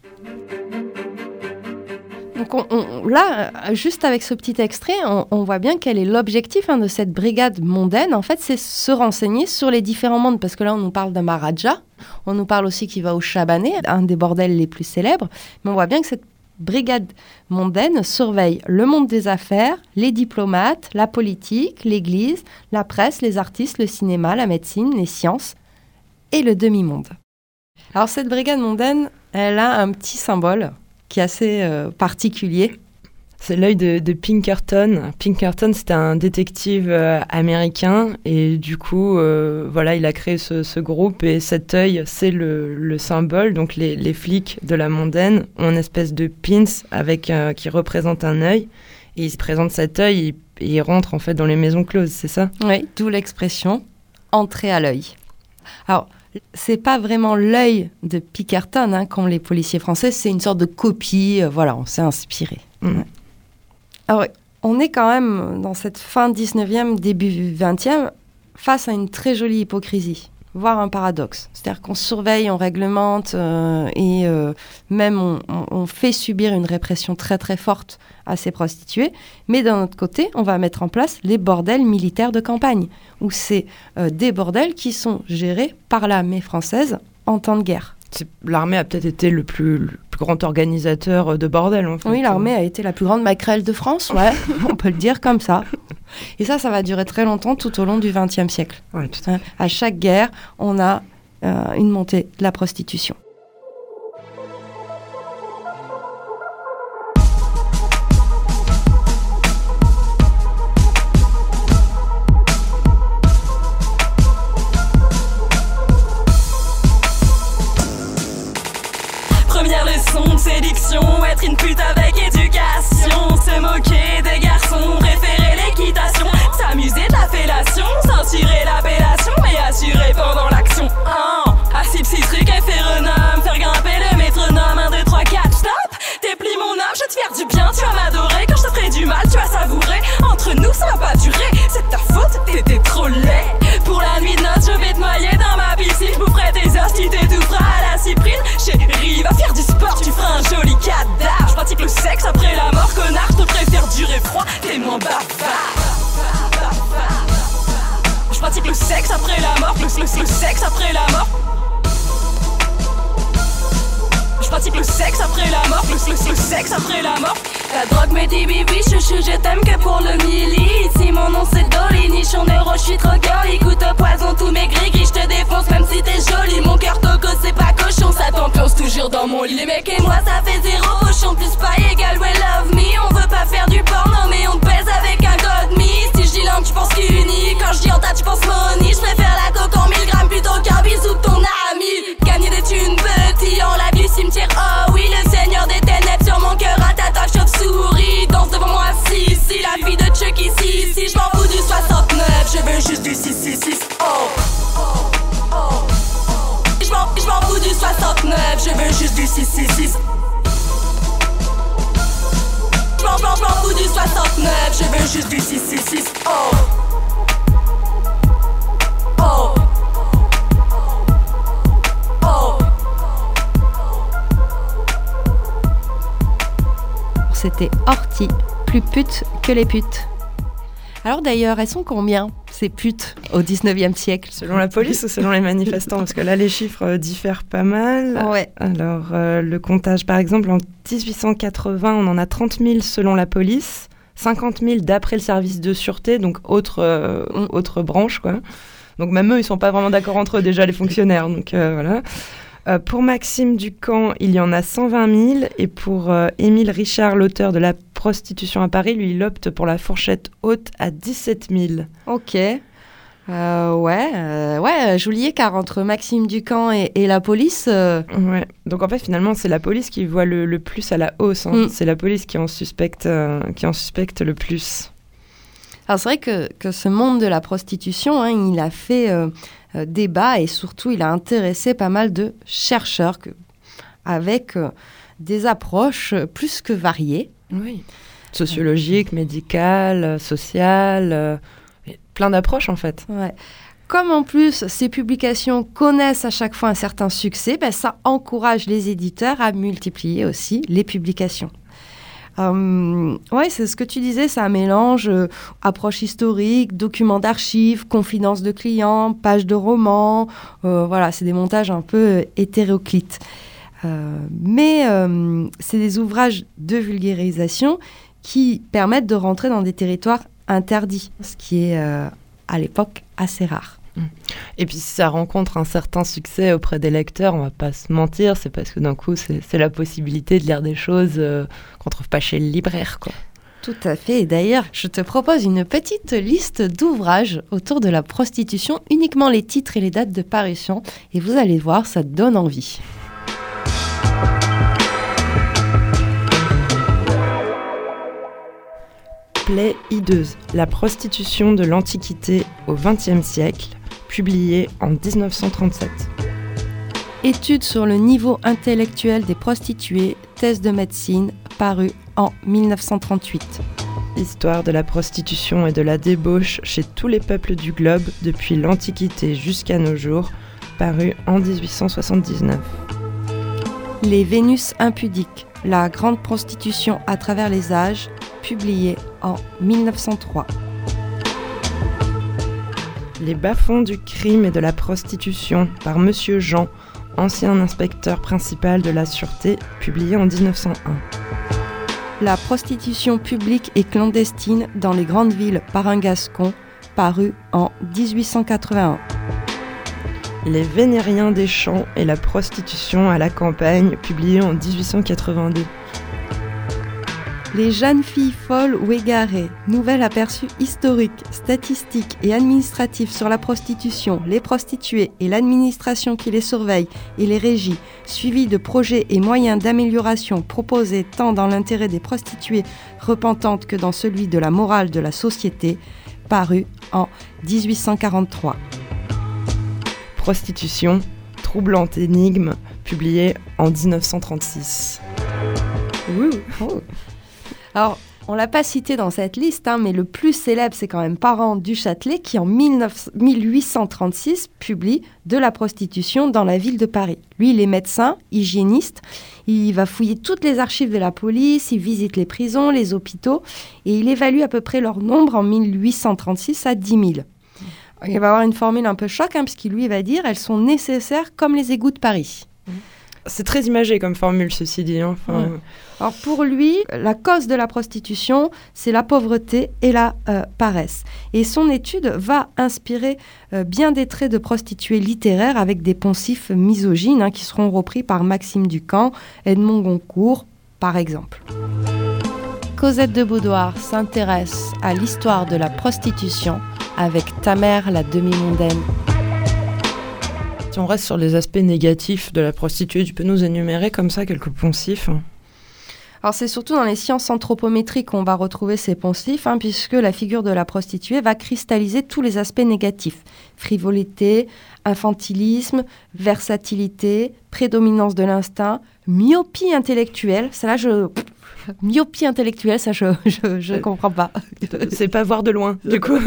Donc on, on, là, juste avec ce petit extrait, on, on voit bien quel est l'objectif hein, de cette brigade mondaine. En fait, c'est se renseigner sur les différents mondes, parce que là, on nous parle d'un Maharaja, on nous parle aussi qu'il va au Chabanais, un des bordels les plus célèbres, mais on voit bien que cette brigade mondaine surveille le monde des affaires, les diplomates, la politique, l'église, la presse, les artistes, le cinéma, la médecine, les sciences, et le demi-monde. Alors cette brigade mondaine, elle a un petit symbole qui est assez euh, particulier. C'est l'œil de, de Pinkerton. Pinkerton, c'était un détective euh, américain et du coup, euh, voilà, il a créé ce, ce groupe et cet œil, c'est le, le symbole. Donc les, les flics de la mondaine ont une espèce de pins avec, euh, qui représente un œil et ils se présentent cet œil et, et ils rentrent en fait dans les maisons closes, c'est ça ? Oui, d'où l'expression « entrer à l'œil ». Alors, c'est pas vraiment l'œil de Pinkerton, hein, comme les policiers français, c'est une sorte de copie, euh, voilà, on s'est inspiré. Mmh. Ouais. Alors, on est quand même, dans cette fin dix-neuvième, début vingtième, face à une très jolie hypocrisie, voire un paradoxe. C'est-à-dire qu'on surveille, on réglemente euh, et euh, même on, on, on fait subir une répression très très forte à ces prostituées. Mais d'un autre côté, on va mettre en place les bordels militaires de campagne, où c'est euh, des bordels qui sont gérés par l'armée française en temps de guerre. C'est, l'armée a peut-être été le plus, le plus grand organisateur de bordel, en fait. Oui, l'armée a été la plus grande maquerelle de France, ouais, on peut le dire comme ça. Et ça, ça va durer très longtemps, tout au long du vingtième siècle. Ouais, tout à fait. À chaque guerre, on a euh, une montée de la prostitution. Séduction, être une pute avec éducation, se moquer des garçons, préférer l'équitation, s'amuser de la fellation, censurer l'appellation et assurer pendant l'action. Oh, assis psy truc et phéronome, faire grimper le métronome, un, deux, trois, quatre, stop. Déplie mon âme, je vais te faire du bien, tu vas m'adorer, quand je te ferai du mal, tu vas savourer. Entre nous, ça va pas durer, c'est ta faute, t'étais trop laid. Pour la nuit de noces, je vais te noyer dans ma piscine, je boufferai tes os, tu t'étoufferas à la cyprine. Chérie, va faire du sport, tu feras un joli cadavre. Je pratique le sexe après la mort, connard, je te préfère durer froid, t'es moins bavard. Je pratique le sexe après la mort, le, le, le sexe après la mort. Je pratique le sexe après la mort, le, le, le sexe après la mort. La drogue me dit bibi, chouchou, je t'aime que pour le milli. Si mon nom c'est Dolly, nichon euro, je suis trop girly. Goûte au poison, tous mes gris-gris, je te défonce même si t'es jolie. Mon cœur toco, c'est pas cochon, ça t'ambiance toujours dans mon lit. Les mecs et moi, ça fait zéro pochon, plus pas égal, ouais, love me. On veut pas faire du porno, mais on te baise avec un god me. Si je dis langue, tu penses qu'uni, quand je dis en tas, tu penses money. Je préfère la coke en mille grammes plutôt qu'un bisou de ton ami. Gagner des thunes, petit en la du cimetière, oh oui, le seigneur des ténèbres sur mon cœur, à ta tâche chauve-souris, danse devant moi, si, si, la fille de Chuck ici, si, je m'en fous du soixante-neuf, je veux juste du six six six, oh, oh, oh, oh. Je m'en, je m'en fous du soixante-neuf, je veux juste du six six six. Je m'en, je m'en, je m'en fous du soixante-neuf, je veux juste du six six six, oh, oh, oh. C'était Horty, plus pute que les putes. Alors d'ailleurs, elles sont combien, ces putes, au dix-neuvième siècle ? Selon la police ou selon les manifestants ? Parce que là, les chiffres euh, diffèrent pas mal. Ouais. Alors, euh, le comptage, par exemple, en dix-huit cent quatre-vingts, on en a trente mille selon la police, cinquante mille d'après le service de sûreté, donc autre, euh, mm. autre branche, quoi. Donc même eux, ils ne sont pas vraiment d'accord entre eux, déjà, les fonctionnaires. Donc euh, voilà. Euh, pour Maxime Ducamp, il y en a cent vingt mille. Et pour euh, Émile Richard, l'auteur de La prostitution à Paris, lui, il opte pour la fourchette haute à dix-sept mille. Ok. Euh, ouais, euh, ouais, joli écart entre Maxime Ducamp et, et la police. Euh... Ouais. Donc en fait, finalement, c'est la police qui voit le, le plus à la hausse. Hein. Mm. C'est la police qui en suspecte, euh, qui en suspecte le plus. Alors c'est vrai que, que ce monde de la prostitution, hein, il a fait euh, euh, débat et surtout il a intéressé pas mal de chercheurs que, avec euh, des approches plus que variées. Oui. Sociologiques, médicales, sociales, euh, plein d'approches en fait. Ouais. Comme en plus ces publications connaissent à chaque fois un certain succès, ben, ça encourage les éditeurs à multiplier aussi les publications. Euh, ouais, c'est ce que tu disais, c'est un mélange euh, approche historique, documents d'archives, confidences de clients, pages de romans. Euh, voilà, c'est des montages un peu euh, hétéroclites. Euh, mais euh, c'est des ouvrages de vulgarisation qui permettent de rentrer dans des territoires interdits, ce qui est euh, à l'époque assez rare. Et puis si ça rencontre un certain succès auprès des lecteurs, on va pas se mentir, c'est parce que d'un coup c'est, c'est la possibilité de lire des choses euh, qu'on trouve pas chez le libraire, quoi. Tout à fait. Et d'ailleurs, je te propose une petite liste d'ouvrages autour de la prostitution, uniquement les titres et les dates de parution. Et vous allez voir, ça donne envie. Plaie hideuse, la prostitution de l'Antiquité au vingtième siècle, publié en dix-neuf cent trente-sept. Étude sur le niveau intellectuel des prostituées, thèse de médecine, parue en dix-neuf cent trente-huit. Histoire de la prostitution et de la débauche chez tous les peuples du globe depuis l'Antiquité jusqu'à nos jours, paru en dix-huit cent soixante-dix-neuf. Les Vénus impudiques, la grande prostitution à travers les âges, publié en dix-neuf cent trois. Les bas-fonds du crime et de la prostitution par Monsieur Jean, ancien inspecteur principal de la Sûreté, publié en dix-neuf cent un. La prostitution publique et clandestine dans les grandes villes par un Gascon, paru en dix-huit cent quatre-vingt-un. Les Vénériens des champs et la prostitution à la campagne, publié en dix-huit cent quatre-vingt-deux. Les jeunes filles folles ou égarées, nouvel aperçu historique, statistique et administratif sur la prostitution, les prostituées et l'administration qui les surveille et les régit, suivi de projets et moyens d'amélioration proposés tant dans l'intérêt des prostituées repentantes que dans celui de la morale de la société, paru en dix-huit cent quarante-trois. Prostitution, troublante énigme, publié en dix-neuf cent trente-six. Ouh, oh. Alors, on ne l'a pas cité dans cette liste, hein, mais le plus célèbre, c'est quand même Parent du Châtelet, qui en mille huit cent trente-six publie De la prostitution dans la ville de Paris. Lui, il est médecin, hygiéniste, il va fouiller toutes les archives de la police, il visite les prisons, les hôpitaux, et il évalue à peu près leur nombre en mille huit cent trente-six à dix mille. Il va avoir une formule un peu choc, hein, puisqu'il lui va dire « elles sont nécessaires comme les égouts de Paris ». C'est très imagé comme formule, ceci dit. Hein. Enfin... Ouais. Alors pour lui, la cause de la prostitution, c'est la pauvreté et la euh, paresse. Et son étude va inspirer euh, bien des traits de prostituées littéraires avec des poncifs misogynes hein, qui seront repris par Maxime Ducamp, Edmond Goncourt, par exemple. Cosette de Boudoir s'intéresse à l'histoire de la prostitution avec Ta mère la demi-mondaine. Si on reste sur les aspects négatifs de la prostituée, tu peux nous énumérer comme ça quelques poncifs ? Alors c'est surtout dans les sciences anthropométriques qu'on va retrouver ces poncifs, hein, puisque la figure de la prostituée va cristalliser tous les aspects négatifs. Frivolité, infantilisme, versatilité, prédominance de l'instinct, myopie intellectuelle. Ça là, je... Myopie intellectuelle, ça je je, je comprends pas. C'est pas voir de loin, du coup.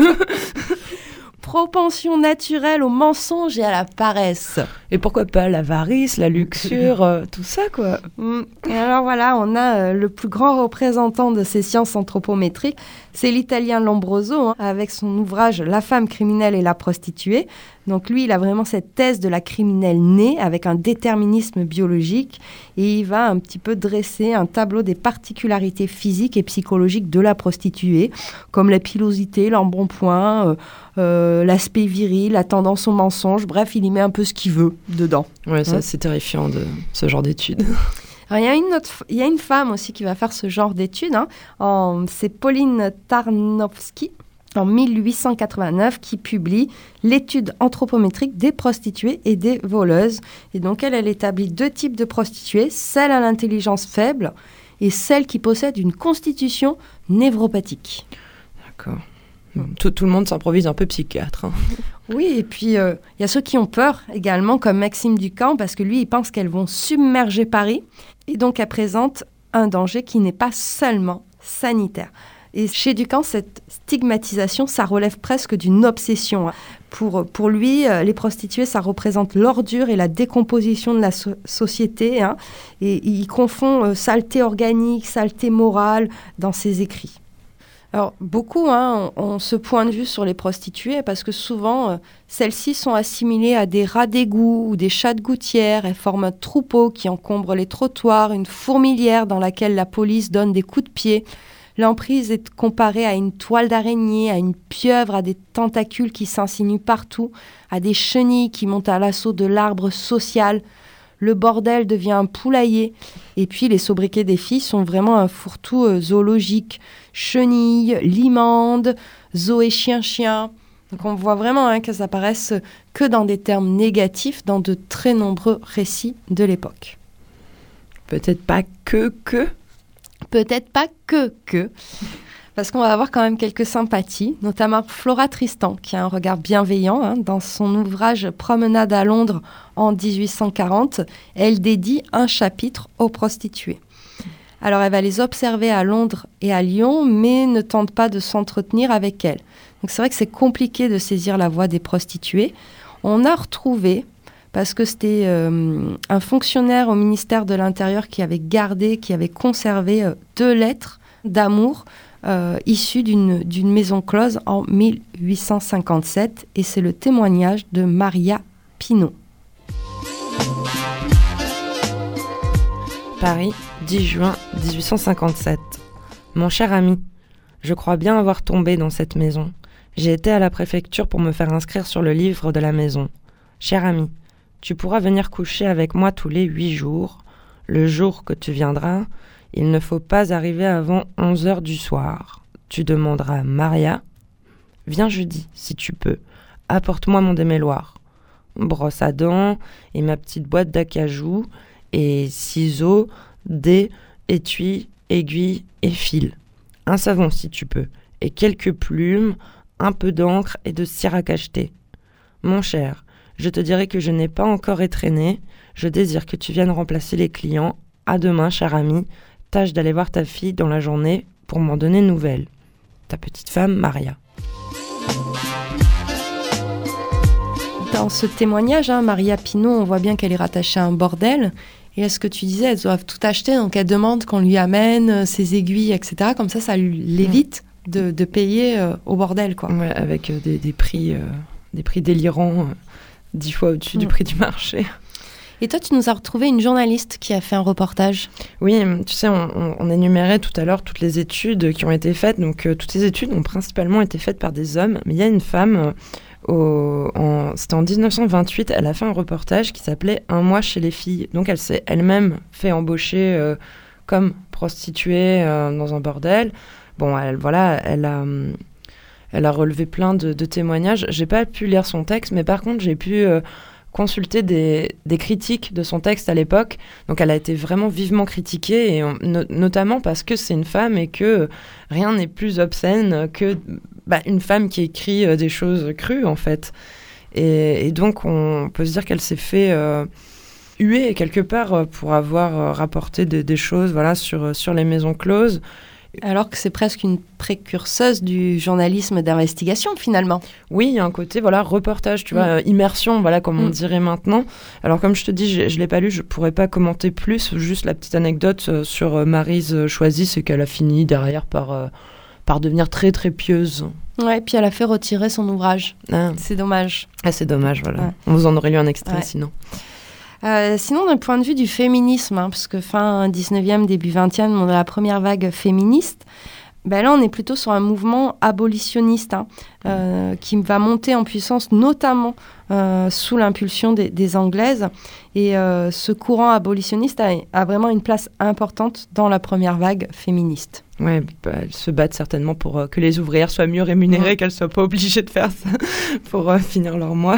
Propension naturelle au mensonge et à la paresse. Et pourquoi pas l'avarice, la luxure, euh, tout ça, quoi. Et alors voilà, on a euh, le plus grand représentant de ces sciences anthropométriques, c'est l'italien Lombroso, hein, avec son ouvrage « La femme criminelle et la prostituée ». Donc lui, il a vraiment cette thèse de la criminelle née, avec un déterminisme biologique, et il va un petit peu dresser un tableau des particularités physiques et psychologiques de la prostituée, comme la pilosité, l'embonpoint, euh, euh, l'aspect viril, la tendance au mensonge, bref, il y met un peu ce qu'il veut dedans. Ouais, ça, hein. C'est terrifiant, de ce genre d'études. Alors, il y a une autre, il y a une femme aussi qui va faire ce genre d'études, hein, en, c'est Pauline Tarnowski, en mille huit cent quatre-vingt-neuf, qui publie l'étude anthropométrique des prostituées et des voleuses. Et donc, elle, elle établit deux types de prostituées, celles à l'intelligence faible et celles qui possèdent une constitution névropathique. D'accord. Tout, tout le monde s'improvise un peu psychiatre. Hein. Oui, et puis il euh, y a ceux qui ont peur également, comme Maxime Ducamp, parce que lui, il pense qu'elles vont submerger Paris. Et donc, elles présentent un danger qui n'est pas seulement sanitaire. Et chez Ducamp, cette stigmatisation, ça relève presque d'une obsession. Pour, pour lui, euh, les prostituées, ça représente l'ordure et la décomposition de la so- société. Hein, et il confond euh, saleté organique, saleté morale dans ses écrits. Alors, beaucoup hein, ont, ont ce point de vue sur les prostituées parce que souvent, euh, celles-ci sont assimilées à des rats d'égout ou des chats de gouttière. Elles forment un troupeau qui encombre les trottoirs, une fourmilière dans laquelle la police donne des coups de pied. L'emprise est comparée à une toile d'araignée, à une pieuvre, à des tentacules qui s'insinuent partout, à des chenilles qui montent à l'assaut de l'arbre social. Le bordel devient un poulailler. Et puis, les sobriquets des filles sont vraiment un fourre-tout euh, zoologique. Chenilles, limandes, zoo et chien-chien. Donc, on voit vraiment hein, qu'elles apparaissent que dans des termes négatifs dans de très nombreux récits de l'époque. Peut-être pas que que. Peut-être pas que que. Parce qu'on va avoir quand même quelques sympathies, notamment Flora Tristan, qui a un regard bienveillant. Hein, dans son ouvrage « Promenade à Londres » en dix-huit cent quarante, elle dédie un chapitre aux prostituées. Alors, elle va les observer à Londres et à Lyon, mais ne tente pas de s'entretenir avec elles. Donc, c'est vrai que c'est compliqué de saisir la voix des prostituées. On a retrouvé, parce que c'était euh, un fonctionnaire au ministère de l'Intérieur qui avait gardé, qui avait conservé euh, deux lettres d'amour Euh, issu d'une, d'une maison close en mille huit cent cinquante-sept, et c'est le témoignage de Maria Pinault. Paris, dix juin dix-huit cent cinquante-sept. Mon cher ami, je crois bien avoir tombé dans cette maison. J'ai été à la préfecture pour me faire inscrire sur le livre de la maison. Cher ami, tu pourras venir coucher avec moi tous les huit jours. Le jour que tu viendras, il ne faut pas arriver avant onze heures du soir. Tu demanderas Maria. Viens jeudi, si tu peux. Apporte-moi mon démêloir. Brosse à dents et ma petite boîte d'acajou et ciseaux, dés, étui, aiguilles et fil. Un savon, si tu peux. Et quelques plumes, un peu d'encre et de cire à cacheter. Mon cher, je te dirai que je n'ai pas encore étrenné. Je désire que tu viennes remplacer les clients. À demain, cher ami. Tâche d'aller voir ta fille dans la journée pour m'en donner nouvelles. Ta petite femme, Maria. Dans ce témoignage, hein, Maria Pinault, on voit bien qu'elle est rattachée à un bordel. Et à ce que tu disais, elles doivent tout acheter, donc elle demande qu'on lui amène ses aiguilles, et cetera. Comme ça, ça l'évite de, de payer euh, au bordel, quoi. Ouais, avec euh, des, des, prix, euh, des prix délirants, euh, dix fois au-dessus mmh. du prix du marché. Et toi, tu nous as retrouvé une journaliste qui a fait un reportage. Oui, tu sais, on, on énumérait tout à l'heure toutes les études qui ont été faites. Donc, euh, toutes ces études ont principalement été faites par des hommes. Mais il y a une femme, euh, au, en, c'était en dix-neuf cent vingt-huit, elle a fait un reportage qui s'appelait « Un mois chez les filles ». Donc, elle s'est elle-même fait embaucher euh, comme prostituée euh, dans un bordel. Bon, elle, voilà, elle a... Elle a relevé plein de, de témoignages. J'ai pas pu lire son texte, mais par contre, j'ai pu... Euh, consulter des, des critiques de son texte à l'époque. Donc elle a été vraiment vivement critiquée, et on, no, notamment parce que c'est une femme et que rien n'est plus obscène que bah, une femme qui écrit euh, des choses crues, en fait. Et, et donc on peut se dire qu'elle s'est fait euh, huer quelque part pour avoir euh, rapporté des, des choses voilà, sur, sur les maisons closes. Alors que c'est presque une précurseuse du journalisme d'investigation, finalement. Oui, il y a un côté, voilà, reportage, tu mmh. vois, euh, immersion, voilà, comme mmh. on dirait maintenant. Alors, comme je te dis, je ne l'ai pas lu, je ne pourrais pas commenter plus. Juste la petite anecdote euh, sur euh, Maryse euh, Choisy, c'est qu'elle a fini derrière par, euh, par devenir très, très pieuse. Ouais, puis elle a fait retirer son ouvrage. Ah. C'est dommage. Ah, c'est dommage, voilà. Ouais. On vous en aurait lu un extrait, ouais. sinon. Euh, sinon, d'un point de vue du féminisme, hein, parce que fin dix-neuvième, début vingtième, on a la première vague féministe, ben là, on est plutôt sur un mouvement abolitionniste hein, euh, qui va monter en puissance, notamment euh, sous l'impulsion des, des Anglaises. Et euh, ce courant abolitionniste a, a vraiment une place importante dans la première vague féministe. Oui, bah, elles se battent certainement pour euh, que les ouvrières soient mieux rémunérées, mmh. qu'elles ne soient pas obligées de faire ça pour euh, finir leur mois.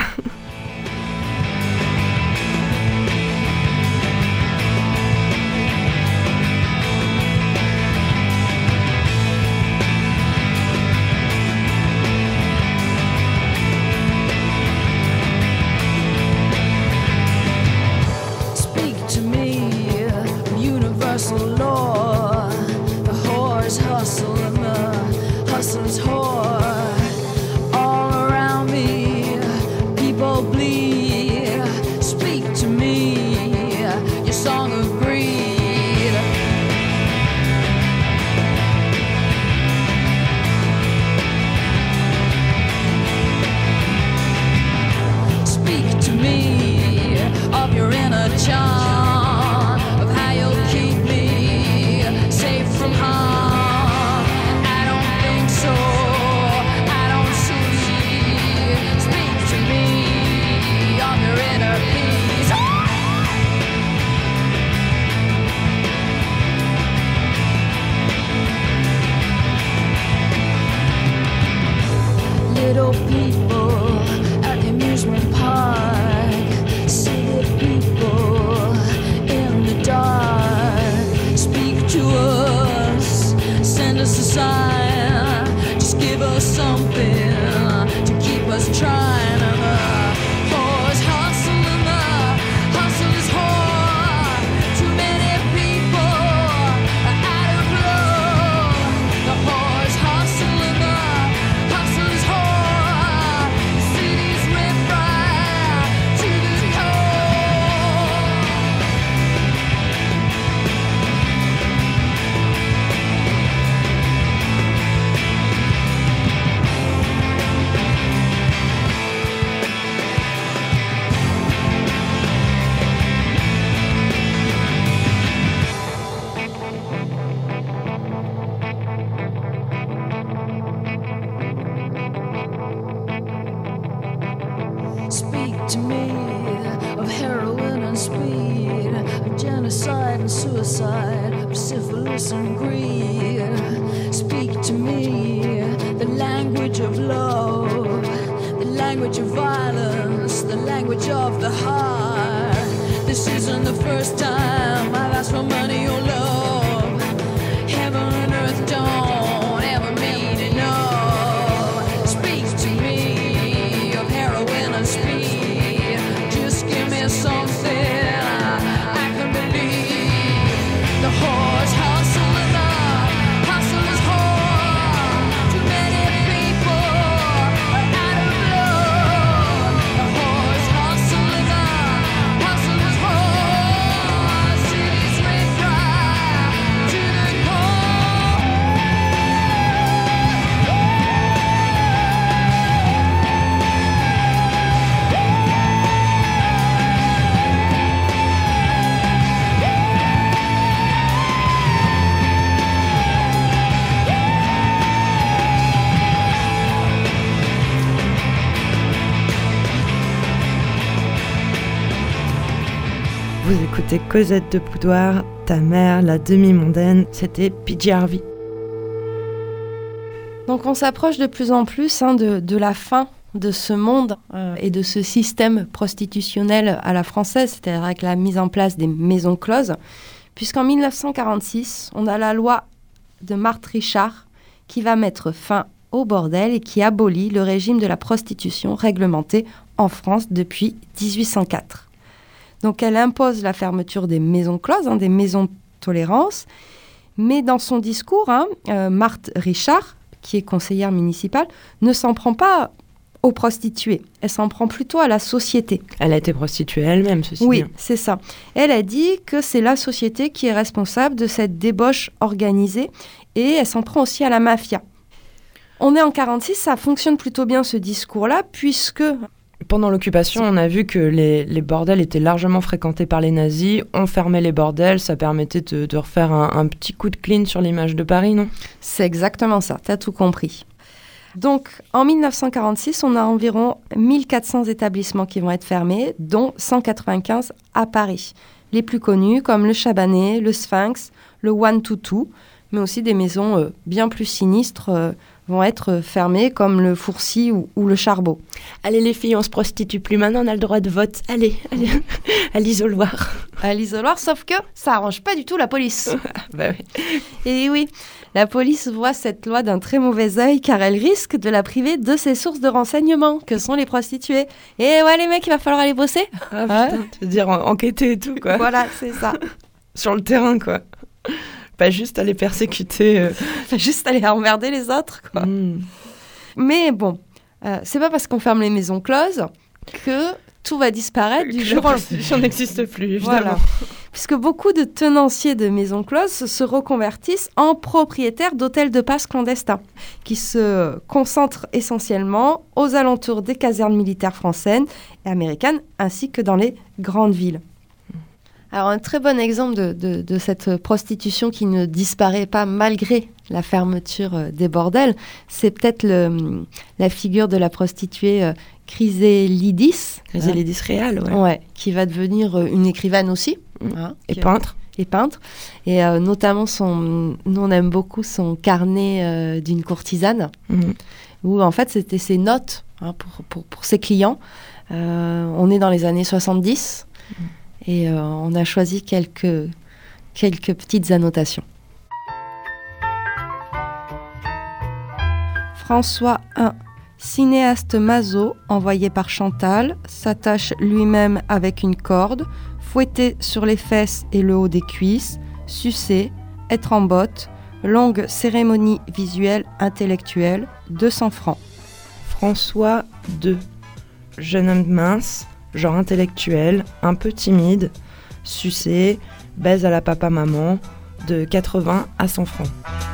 Charm of how you'll keep me safe from harm. Speak to me of heroin and speed, of genocide and suicide, of syphilis and greed. Speak to me the language of love, the language of violence, the language of the heart. This isn't the first time I've asked for money or love. Heaven and earth don't ever mean enough. Speak to me of heroin and speed. Just give me something I, I can believe. The horse hustle and the hustle is hard. Too many people are out of love. The horse hustle and the hustle is hard. Cities rip right to the core. Vous écoutez Cosette de Boudoir, ta mère, la demi-mondaine, c'était P J Harvey. Donc on s'approche de plus en plus hein, de, de la fin de ce monde euh, et de ce système prostitutionnel à la française, c'est-à-dire avec la mise en place des maisons closes, puisqu'en dix-neuf cent quarante-six, on a la loi de Marthe Richard qui va mettre fin au bordel et qui abolit le régime de la prostitution réglementé en France depuis dix-huit cent quatre. Donc elle impose la fermeture des maisons closes, hein, des maisons de tolérance, mais dans son discours, hein, euh, Marthe Richard, qui est conseillère municipale, ne s'en prend pas aux prostituées, elle s'en prend plutôt à la société. Elle a été prostituée elle-même, ceci Oui, dit. c'est ça. Elle a dit que c'est la société qui est responsable de cette débauche organisée et elle s'en prend aussi à la mafia. On est en quarante-six, ça fonctionne plutôt bien ce discours-là, puisque... Pendant l'occupation, on a vu que les, les bordels étaient largement fréquentés par les nazis. On fermait les bordels, ça permettait de, de refaire un, un petit coup de clean sur l'image de Paris, non ? C'est exactement ça, t'as tout compris. Donc, en dix-neuf cent quarante-six, on a environ mille quatre cents établissements qui vont être fermés, dont cent quatre-vingt-quinze à Paris. Les plus connus comme le Chabanais, le Sphinx, le One Two Two, mais aussi des maisons euh, bien plus sinistres euh, vont être fermées comme le Fourcy ou, ou le Charbot. Allez les filles, on se prostitue plus, maintenant on a le droit de vote. Allez, allez à l'isoloir. À l'isoloir, sauf que ça arrange pas du tout la police. Bah oui. Et oui, la police voit cette loi d'un très mauvais œil car elle risque de la priver de ses sources de renseignement, que sont les prostituées. Et ouais les mecs, il va falloir aller bosser. Ah putain, ouais. Tu veux dire en- enquêter et tout quoi. Voilà, c'est ça. Sur le terrain quoi. Pas juste aller persécuter. Euh... Pas juste aller emmerder les autres quoi. Mmh. Mais bon, euh, c'est pas parce qu'on ferme les maisons closes que tout va disparaître du jour au lendemain. Ça n'existe plus, évidemment. Voilà. Puisque beaucoup de tenanciers de maisons closes se reconvertissent en propriétaires d'hôtels de passe clandestins, qui se concentrent essentiellement aux alentours des casernes militaires françaises et américaines, ainsi que dans les grandes villes. Alors, un très bon exemple de, de, de cette prostitution qui ne disparaît pas malgré la fermeture des bordels, c'est peut-être le, la figure de la prostituée euh, Chrysélidis. Chrysélidis réelle, ouais. Ouais, qui va devenir euh, une écrivaine aussi. Mmh. Hein, et qui, peintre. Et peintre. Et euh, notamment, son, nous, on aime beaucoup son carnet euh, d'une courtisane, Mmh. où en fait, c'était ses notes hein, pour, pour, pour ses clients. Euh, on est dans les années soixante-dix. Mmh. Et euh, on a choisi quelques, quelques petites annotations. François I, cinéaste maso envoyé par Chantal, s'attache lui-même avec une corde, fouetté sur les fesses et le haut des cuisses, sucer, être en botte, longue cérémonie visuelle intellectuelle, deux cents francs. François deux, jeune homme mince, genre intellectuel, un peu timide, sucé, baise à la papa-maman, de quatre-vingts à cent francs.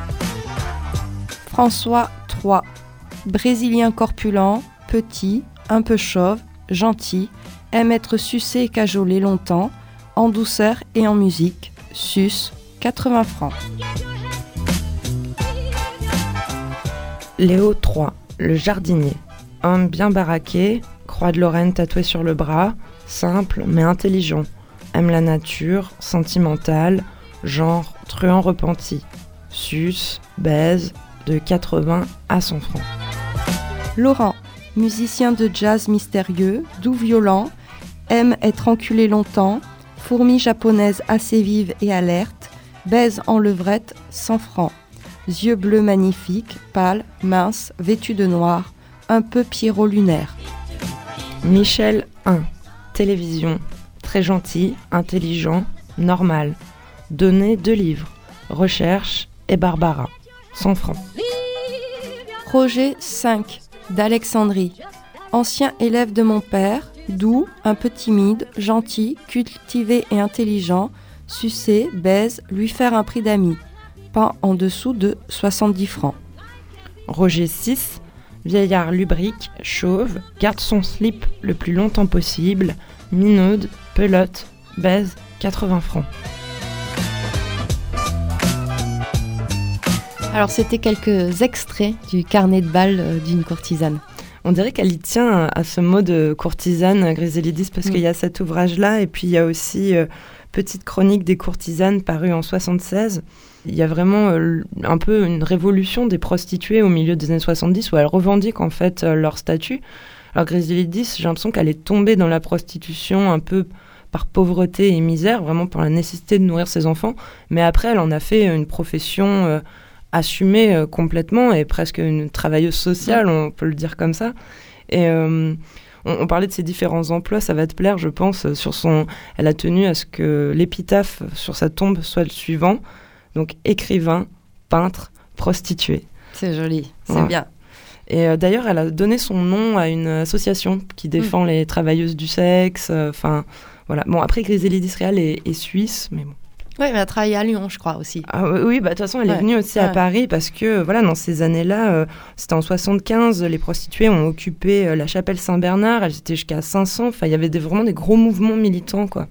François trois, brésilien corpulent, petit, un peu chauve, gentil, aime être sucé et cajolé longtemps, en douceur et en musique, suce, quatre-vingts francs. Léo trois, le jardinier, Homme bien baraqué, croix de Lorraine tatouée sur le bras, simple mais intelligent. Aime la nature, sentimental, genre truand repenti. Suce, baise, de quatre-vingts à cent francs. Laurent, musicien de jazz mystérieux, doux violent, aime être enculé longtemps, fourmi japonaise assez vive et alerte, baise en levrette, cent francs. Yeux bleus magnifiques, pâle, mince, vêtu de noir, un peu Pierrot lunaire. Michel un, télévision, très gentil, intelligent, normal. Donné deux livres, Recherche et Barbara, cent francs. Roger cinq, d'Alexandrie, ancien élève de mon père, doux, un peu timide, gentil, cultivé et intelligent, sucer, baise, lui faire un prix d'amis, pas en dessous de soixante-dix francs. Roger six, vieillard lubrique, chauve, garde son slip le plus longtemps possible, minaude, pelote, baise, quatre-vingts francs. Alors c'était quelques extraits du carnet de bal euh, d'une courtisane. On dirait qu'elle y tient à ce mot de courtisane, Griselidis, parce mmh. qu'il y a cet ouvrage-là, et puis il y a aussi euh, Petite chronique des courtisanes parue en soixante-seize. Il y a vraiment euh, un peu une révolution des prostituées au milieu des années soixante-dix, où elles revendiquent en fait euh, leur statut. Alors Griselidis, j'ai l'impression qu'elle est tombée dans la prostitution un peu par pauvreté et misère, vraiment par la nécessité de nourrir ses enfants, mais après elle en a fait une profession euh, assumée euh, complètement, et presque une travailleuse sociale, mmh. on peut le dire comme ça. Et euh, on, on parlait de ses différents emplois, ça va te plaire, je pense. Sur son, elle a tenu à ce que l'épitaphe sur sa tombe soit le suivant, donc écrivain, peintre, prostituée. C'est joli, c'est ouais. bien. Et euh, d'ailleurs, elle a donné son nom à une association qui défend mmh. les travailleuses du sexe. Enfin, euh, voilà. Bon, après, Griselidis Réal est, est suisse, mais bon. Oui, mais elle a travaillé à Lyon, je crois, aussi. Ah, oui, bah, de toute façon, elle ouais. est venue aussi ouais. à Paris parce que, voilà, dans ces années-là, euh, c'était en soixante-quinze, les prostituées ont occupé euh, la chapelle Saint-Bernard, elles étaient jusqu'à cinq cents, enfin, il y avait des, vraiment des gros mouvements militants, quoi.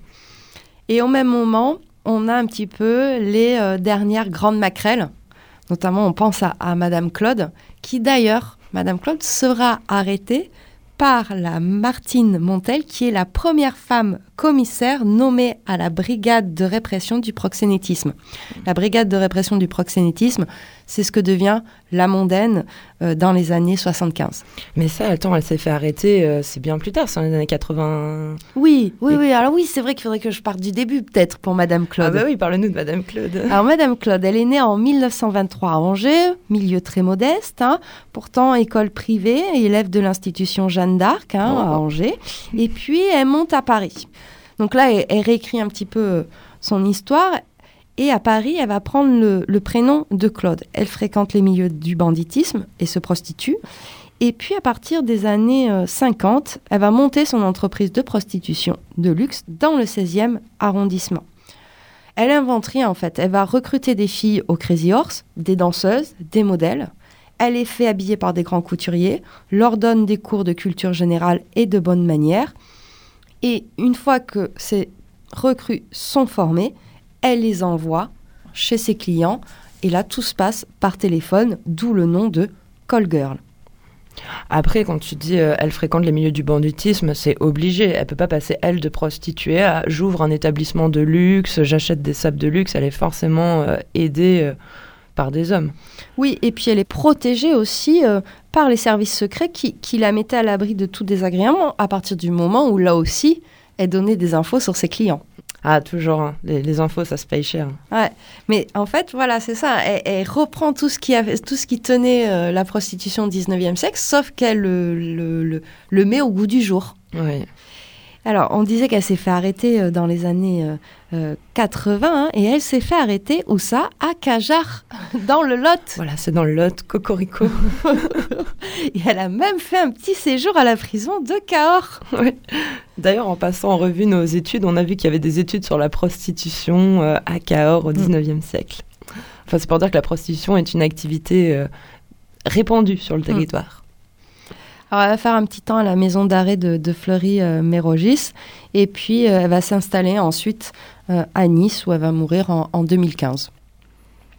Et au même moment, on a un petit peu les euh, dernières grandes maquerelles, notamment on pense à, à Madame Claude, qui d'ailleurs, Madame Claude sera arrêtée par la Martine Montel, qui est la première femme commissaire nommée à la brigade de répression du proxénétisme. La brigade de répression du proxénétisme, c'est ce que devient la mondaine euh, dans les années soixante-quinze. Mais ça, attends, elle s'est fait arrêter, euh, c'est bien plus tard, c'est dans les années quatre-vingts. Oui, oui, Et... oui. Alors oui, c'est vrai qu'il faudrait que je parte du début, peut-être, pour Madame Claude. Ah bah oui, parle-nous de Madame Claude. Alors Madame Claude, elle est née en mille neuf cent vingt-trois à Angers, milieu très modeste, hein, pourtant école privée, élève de l'institution Jeanne d'Arc hein, oh. à Angers, et puis elle monte à Paris. Donc là, elle, elle réécrit un petit peu son histoire. Et à Paris, elle va prendre le, le prénom de Claude. Elle fréquente les milieux du banditisme et se prostitue. Et puis, à partir des années euh, cinquante, elle va monter son entreprise de prostitution de luxe dans le seizième arrondissement. Elle invente rien, en fait. Elle va recruter des filles au Crazy Horse, des danseuses, des modèles. Elle les fait habiller par des grands couturiers, leur donne des cours de culture générale et de bonne manière. Et une fois que ces recrues sont formées, elle les envoie chez ses clients. Et là, tout se passe par téléphone, d'où le nom de Call Girl. Après, quand tu dis euh, elle fréquente les milieux du banditisme, c'est obligé. Elle peut pas passer, elle, de prostituée à j'ouvre un établissement de luxe, j'achète des sapes de luxe. Elle est forcément euh, aidée euh, par des hommes. Oui, et puis elle est protégée aussi euh, par les services secrets qui, qui la mettaient à l'abri de tout désagrément à partir du moment où, là aussi, elle donnait des infos sur ses clients. Ah, toujours, hein. les, les infos, ça se paye cher. Ouais, mais en fait, voilà, c'est ça. Elle, elle reprend tout ce qui, avait, tout ce qui tenait euh, la prostitution au dix-neuvième siècle, sauf qu'elle le, le, le, le met au goût du jour. Oui. Alors, on disait qu'elle s'est fait arrêter euh, dans les années euh, euh, quatre-vingts, hein, et elle s'est fait arrêter, où ça ? À Cajar, dans le Lot. Voilà, c'est dans le Lot, Cocorico. Et elle a même fait un petit séjour à la prison de Cahors. Oui. D'ailleurs, en passant en revue nos études, on a vu qu'il y avait des études sur la prostitution euh, à Cahors au dix-neuvième siècle. Enfin, c'est pour dire que la prostitution est une activité euh, répandue sur le territoire. Alors, elle va faire un petit temps à la maison d'arrêt de, de Fleury-Mérogis, et puis euh, elle va s'installer ensuite euh, à Nice, où elle va mourir en, en deux mille quinze.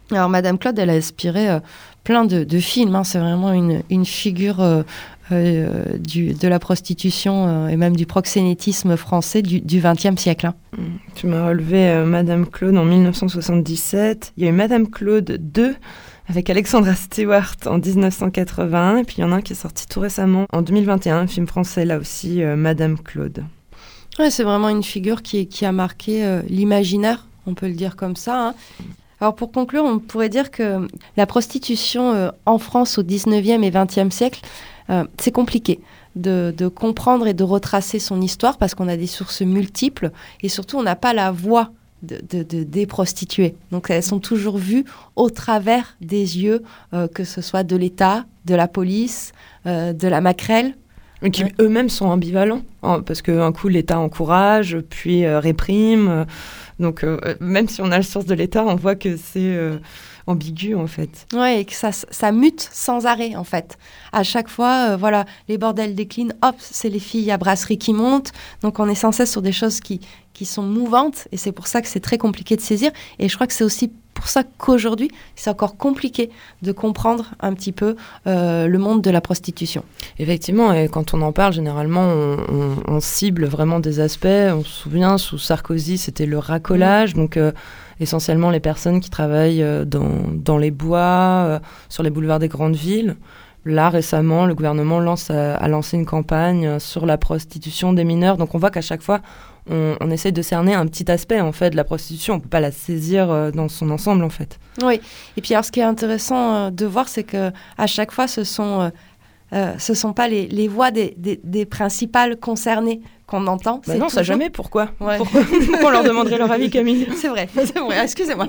Alors, Madame Claude, elle a inspiré euh, plein de, de films. Hein. C'est vraiment une, une figure euh, euh, du, de la prostitution euh, et même du proxénétisme français du vingtième siècle. Hein. Mmh. Tu m'as relevé euh, Madame Claude en dix-neuf cent soixante-dix-sept. Il y a eu Madame Claude deux avec Alexandra Stewart en dix-neuf cent quatre-vingt-un. Et puis, il y en a un qui est sorti tout récemment en deux mille vingt et un, un film français, là aussi, euh, Madame Claude. Ouais, c'est vraiment une figure qui, qui a marqué euh, l'imaginaire, on peut le dire comme ça. Hein. Alors pour conclure, on pourrait dire que la prostitution euh, en France au dix-neuvième et vingtième siècle, euh, c'est compliqué de, de comprendre et de retracer son histoire parce qu'on a des sources multiples et surtout on n'a pas la voix de, de, de, des prostituées. Donc elles sont toujours vues au travers des yeux, euh, que ce soit de l'État, de la police, euh, de la maquerelle. Et qui Ouais. eux-mêmes sont ambivalents, hein, parce qu'un coup l'État encourage, puis euh, réprime. Euh, donc euh, même si on a le source de l'État, on voit que c'est euh, ambigu en fait. Oui, et que ça, ça mute sans arrêt, en fait. À chaque fois, euh, voilà, les bordels déclinent, hop, c'est les filles à brasserie qui montent. Donc, on est sans cesse sur des choses qui, qui sont mouvantes, et c'est pour ça que c'est très compliqué de saisir. Et je crois que c'est aussi pour ça qu'aujourd'hui, c'est encore compliqué de comprendre un petit peu euh, le monde de la prostitution. Effectivement, et quand on en parle, généralement, on, on, on cible vraiment des aspects. On se souvient, sous Sarkozy, c'était le racolage, mmh. donc... Euh, essentiellement les personnes qui travaillent dans, dans les bois, euh, sur les boulevards des grandes villes. Là, récemment, le gouvernement lance, a, a lancé une campagne sur la prostitution des mineurs. Donc, on voit qu'à chaque fois, on, on essaye de cerner un petit aspect, en fait, de la prostitution. On ne peut pas la saisir euh, dans son ensemble, en fait. Oui. Et puis, alors, ce qui est intéressant euh, de voir, c'est qu'à chaque fois, ce sont... Euh, euh, ce ne sont pas les, les voix des, des, des principales concernées qu'on entend. Bah c'est non, toujours... ça jamais. Pourquoi, ouais. Pourquoi Pourquoi on leur demanderait leur avis, Camille? C'est vrai, c'est vrai. Excusez-moi.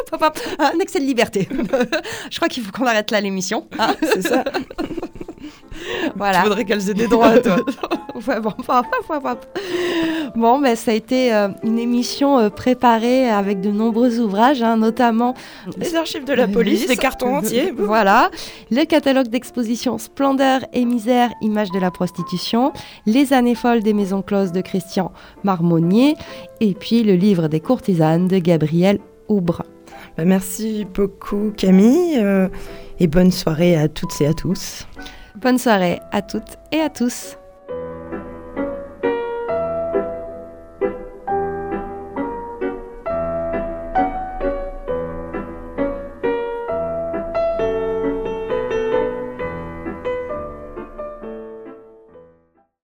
Un excès de liberté. Je crois qu'il faut qu'on arrête là l'émission. Hein. C'est ça. Voilà. Tu voudrais qu'elles aient des droits, toi. Ouais, bon, bon ben, ça a été euh, une émission euh, préparée avec de nombreux ouvrages, hein, notamment les archives de la police, des cartons entiers. Voilà, le catalogue d'exposition Splendeur et misère, images de la prostitution, les années folles des maisons closes de Christian Marmonnier, et puis le livre des courtisanes de Gabriel Oubre. Bah, merci beaucoup, Camille, euh, et bonne soirée à toutes et à tous. Bonne soirée à toutes et à tous.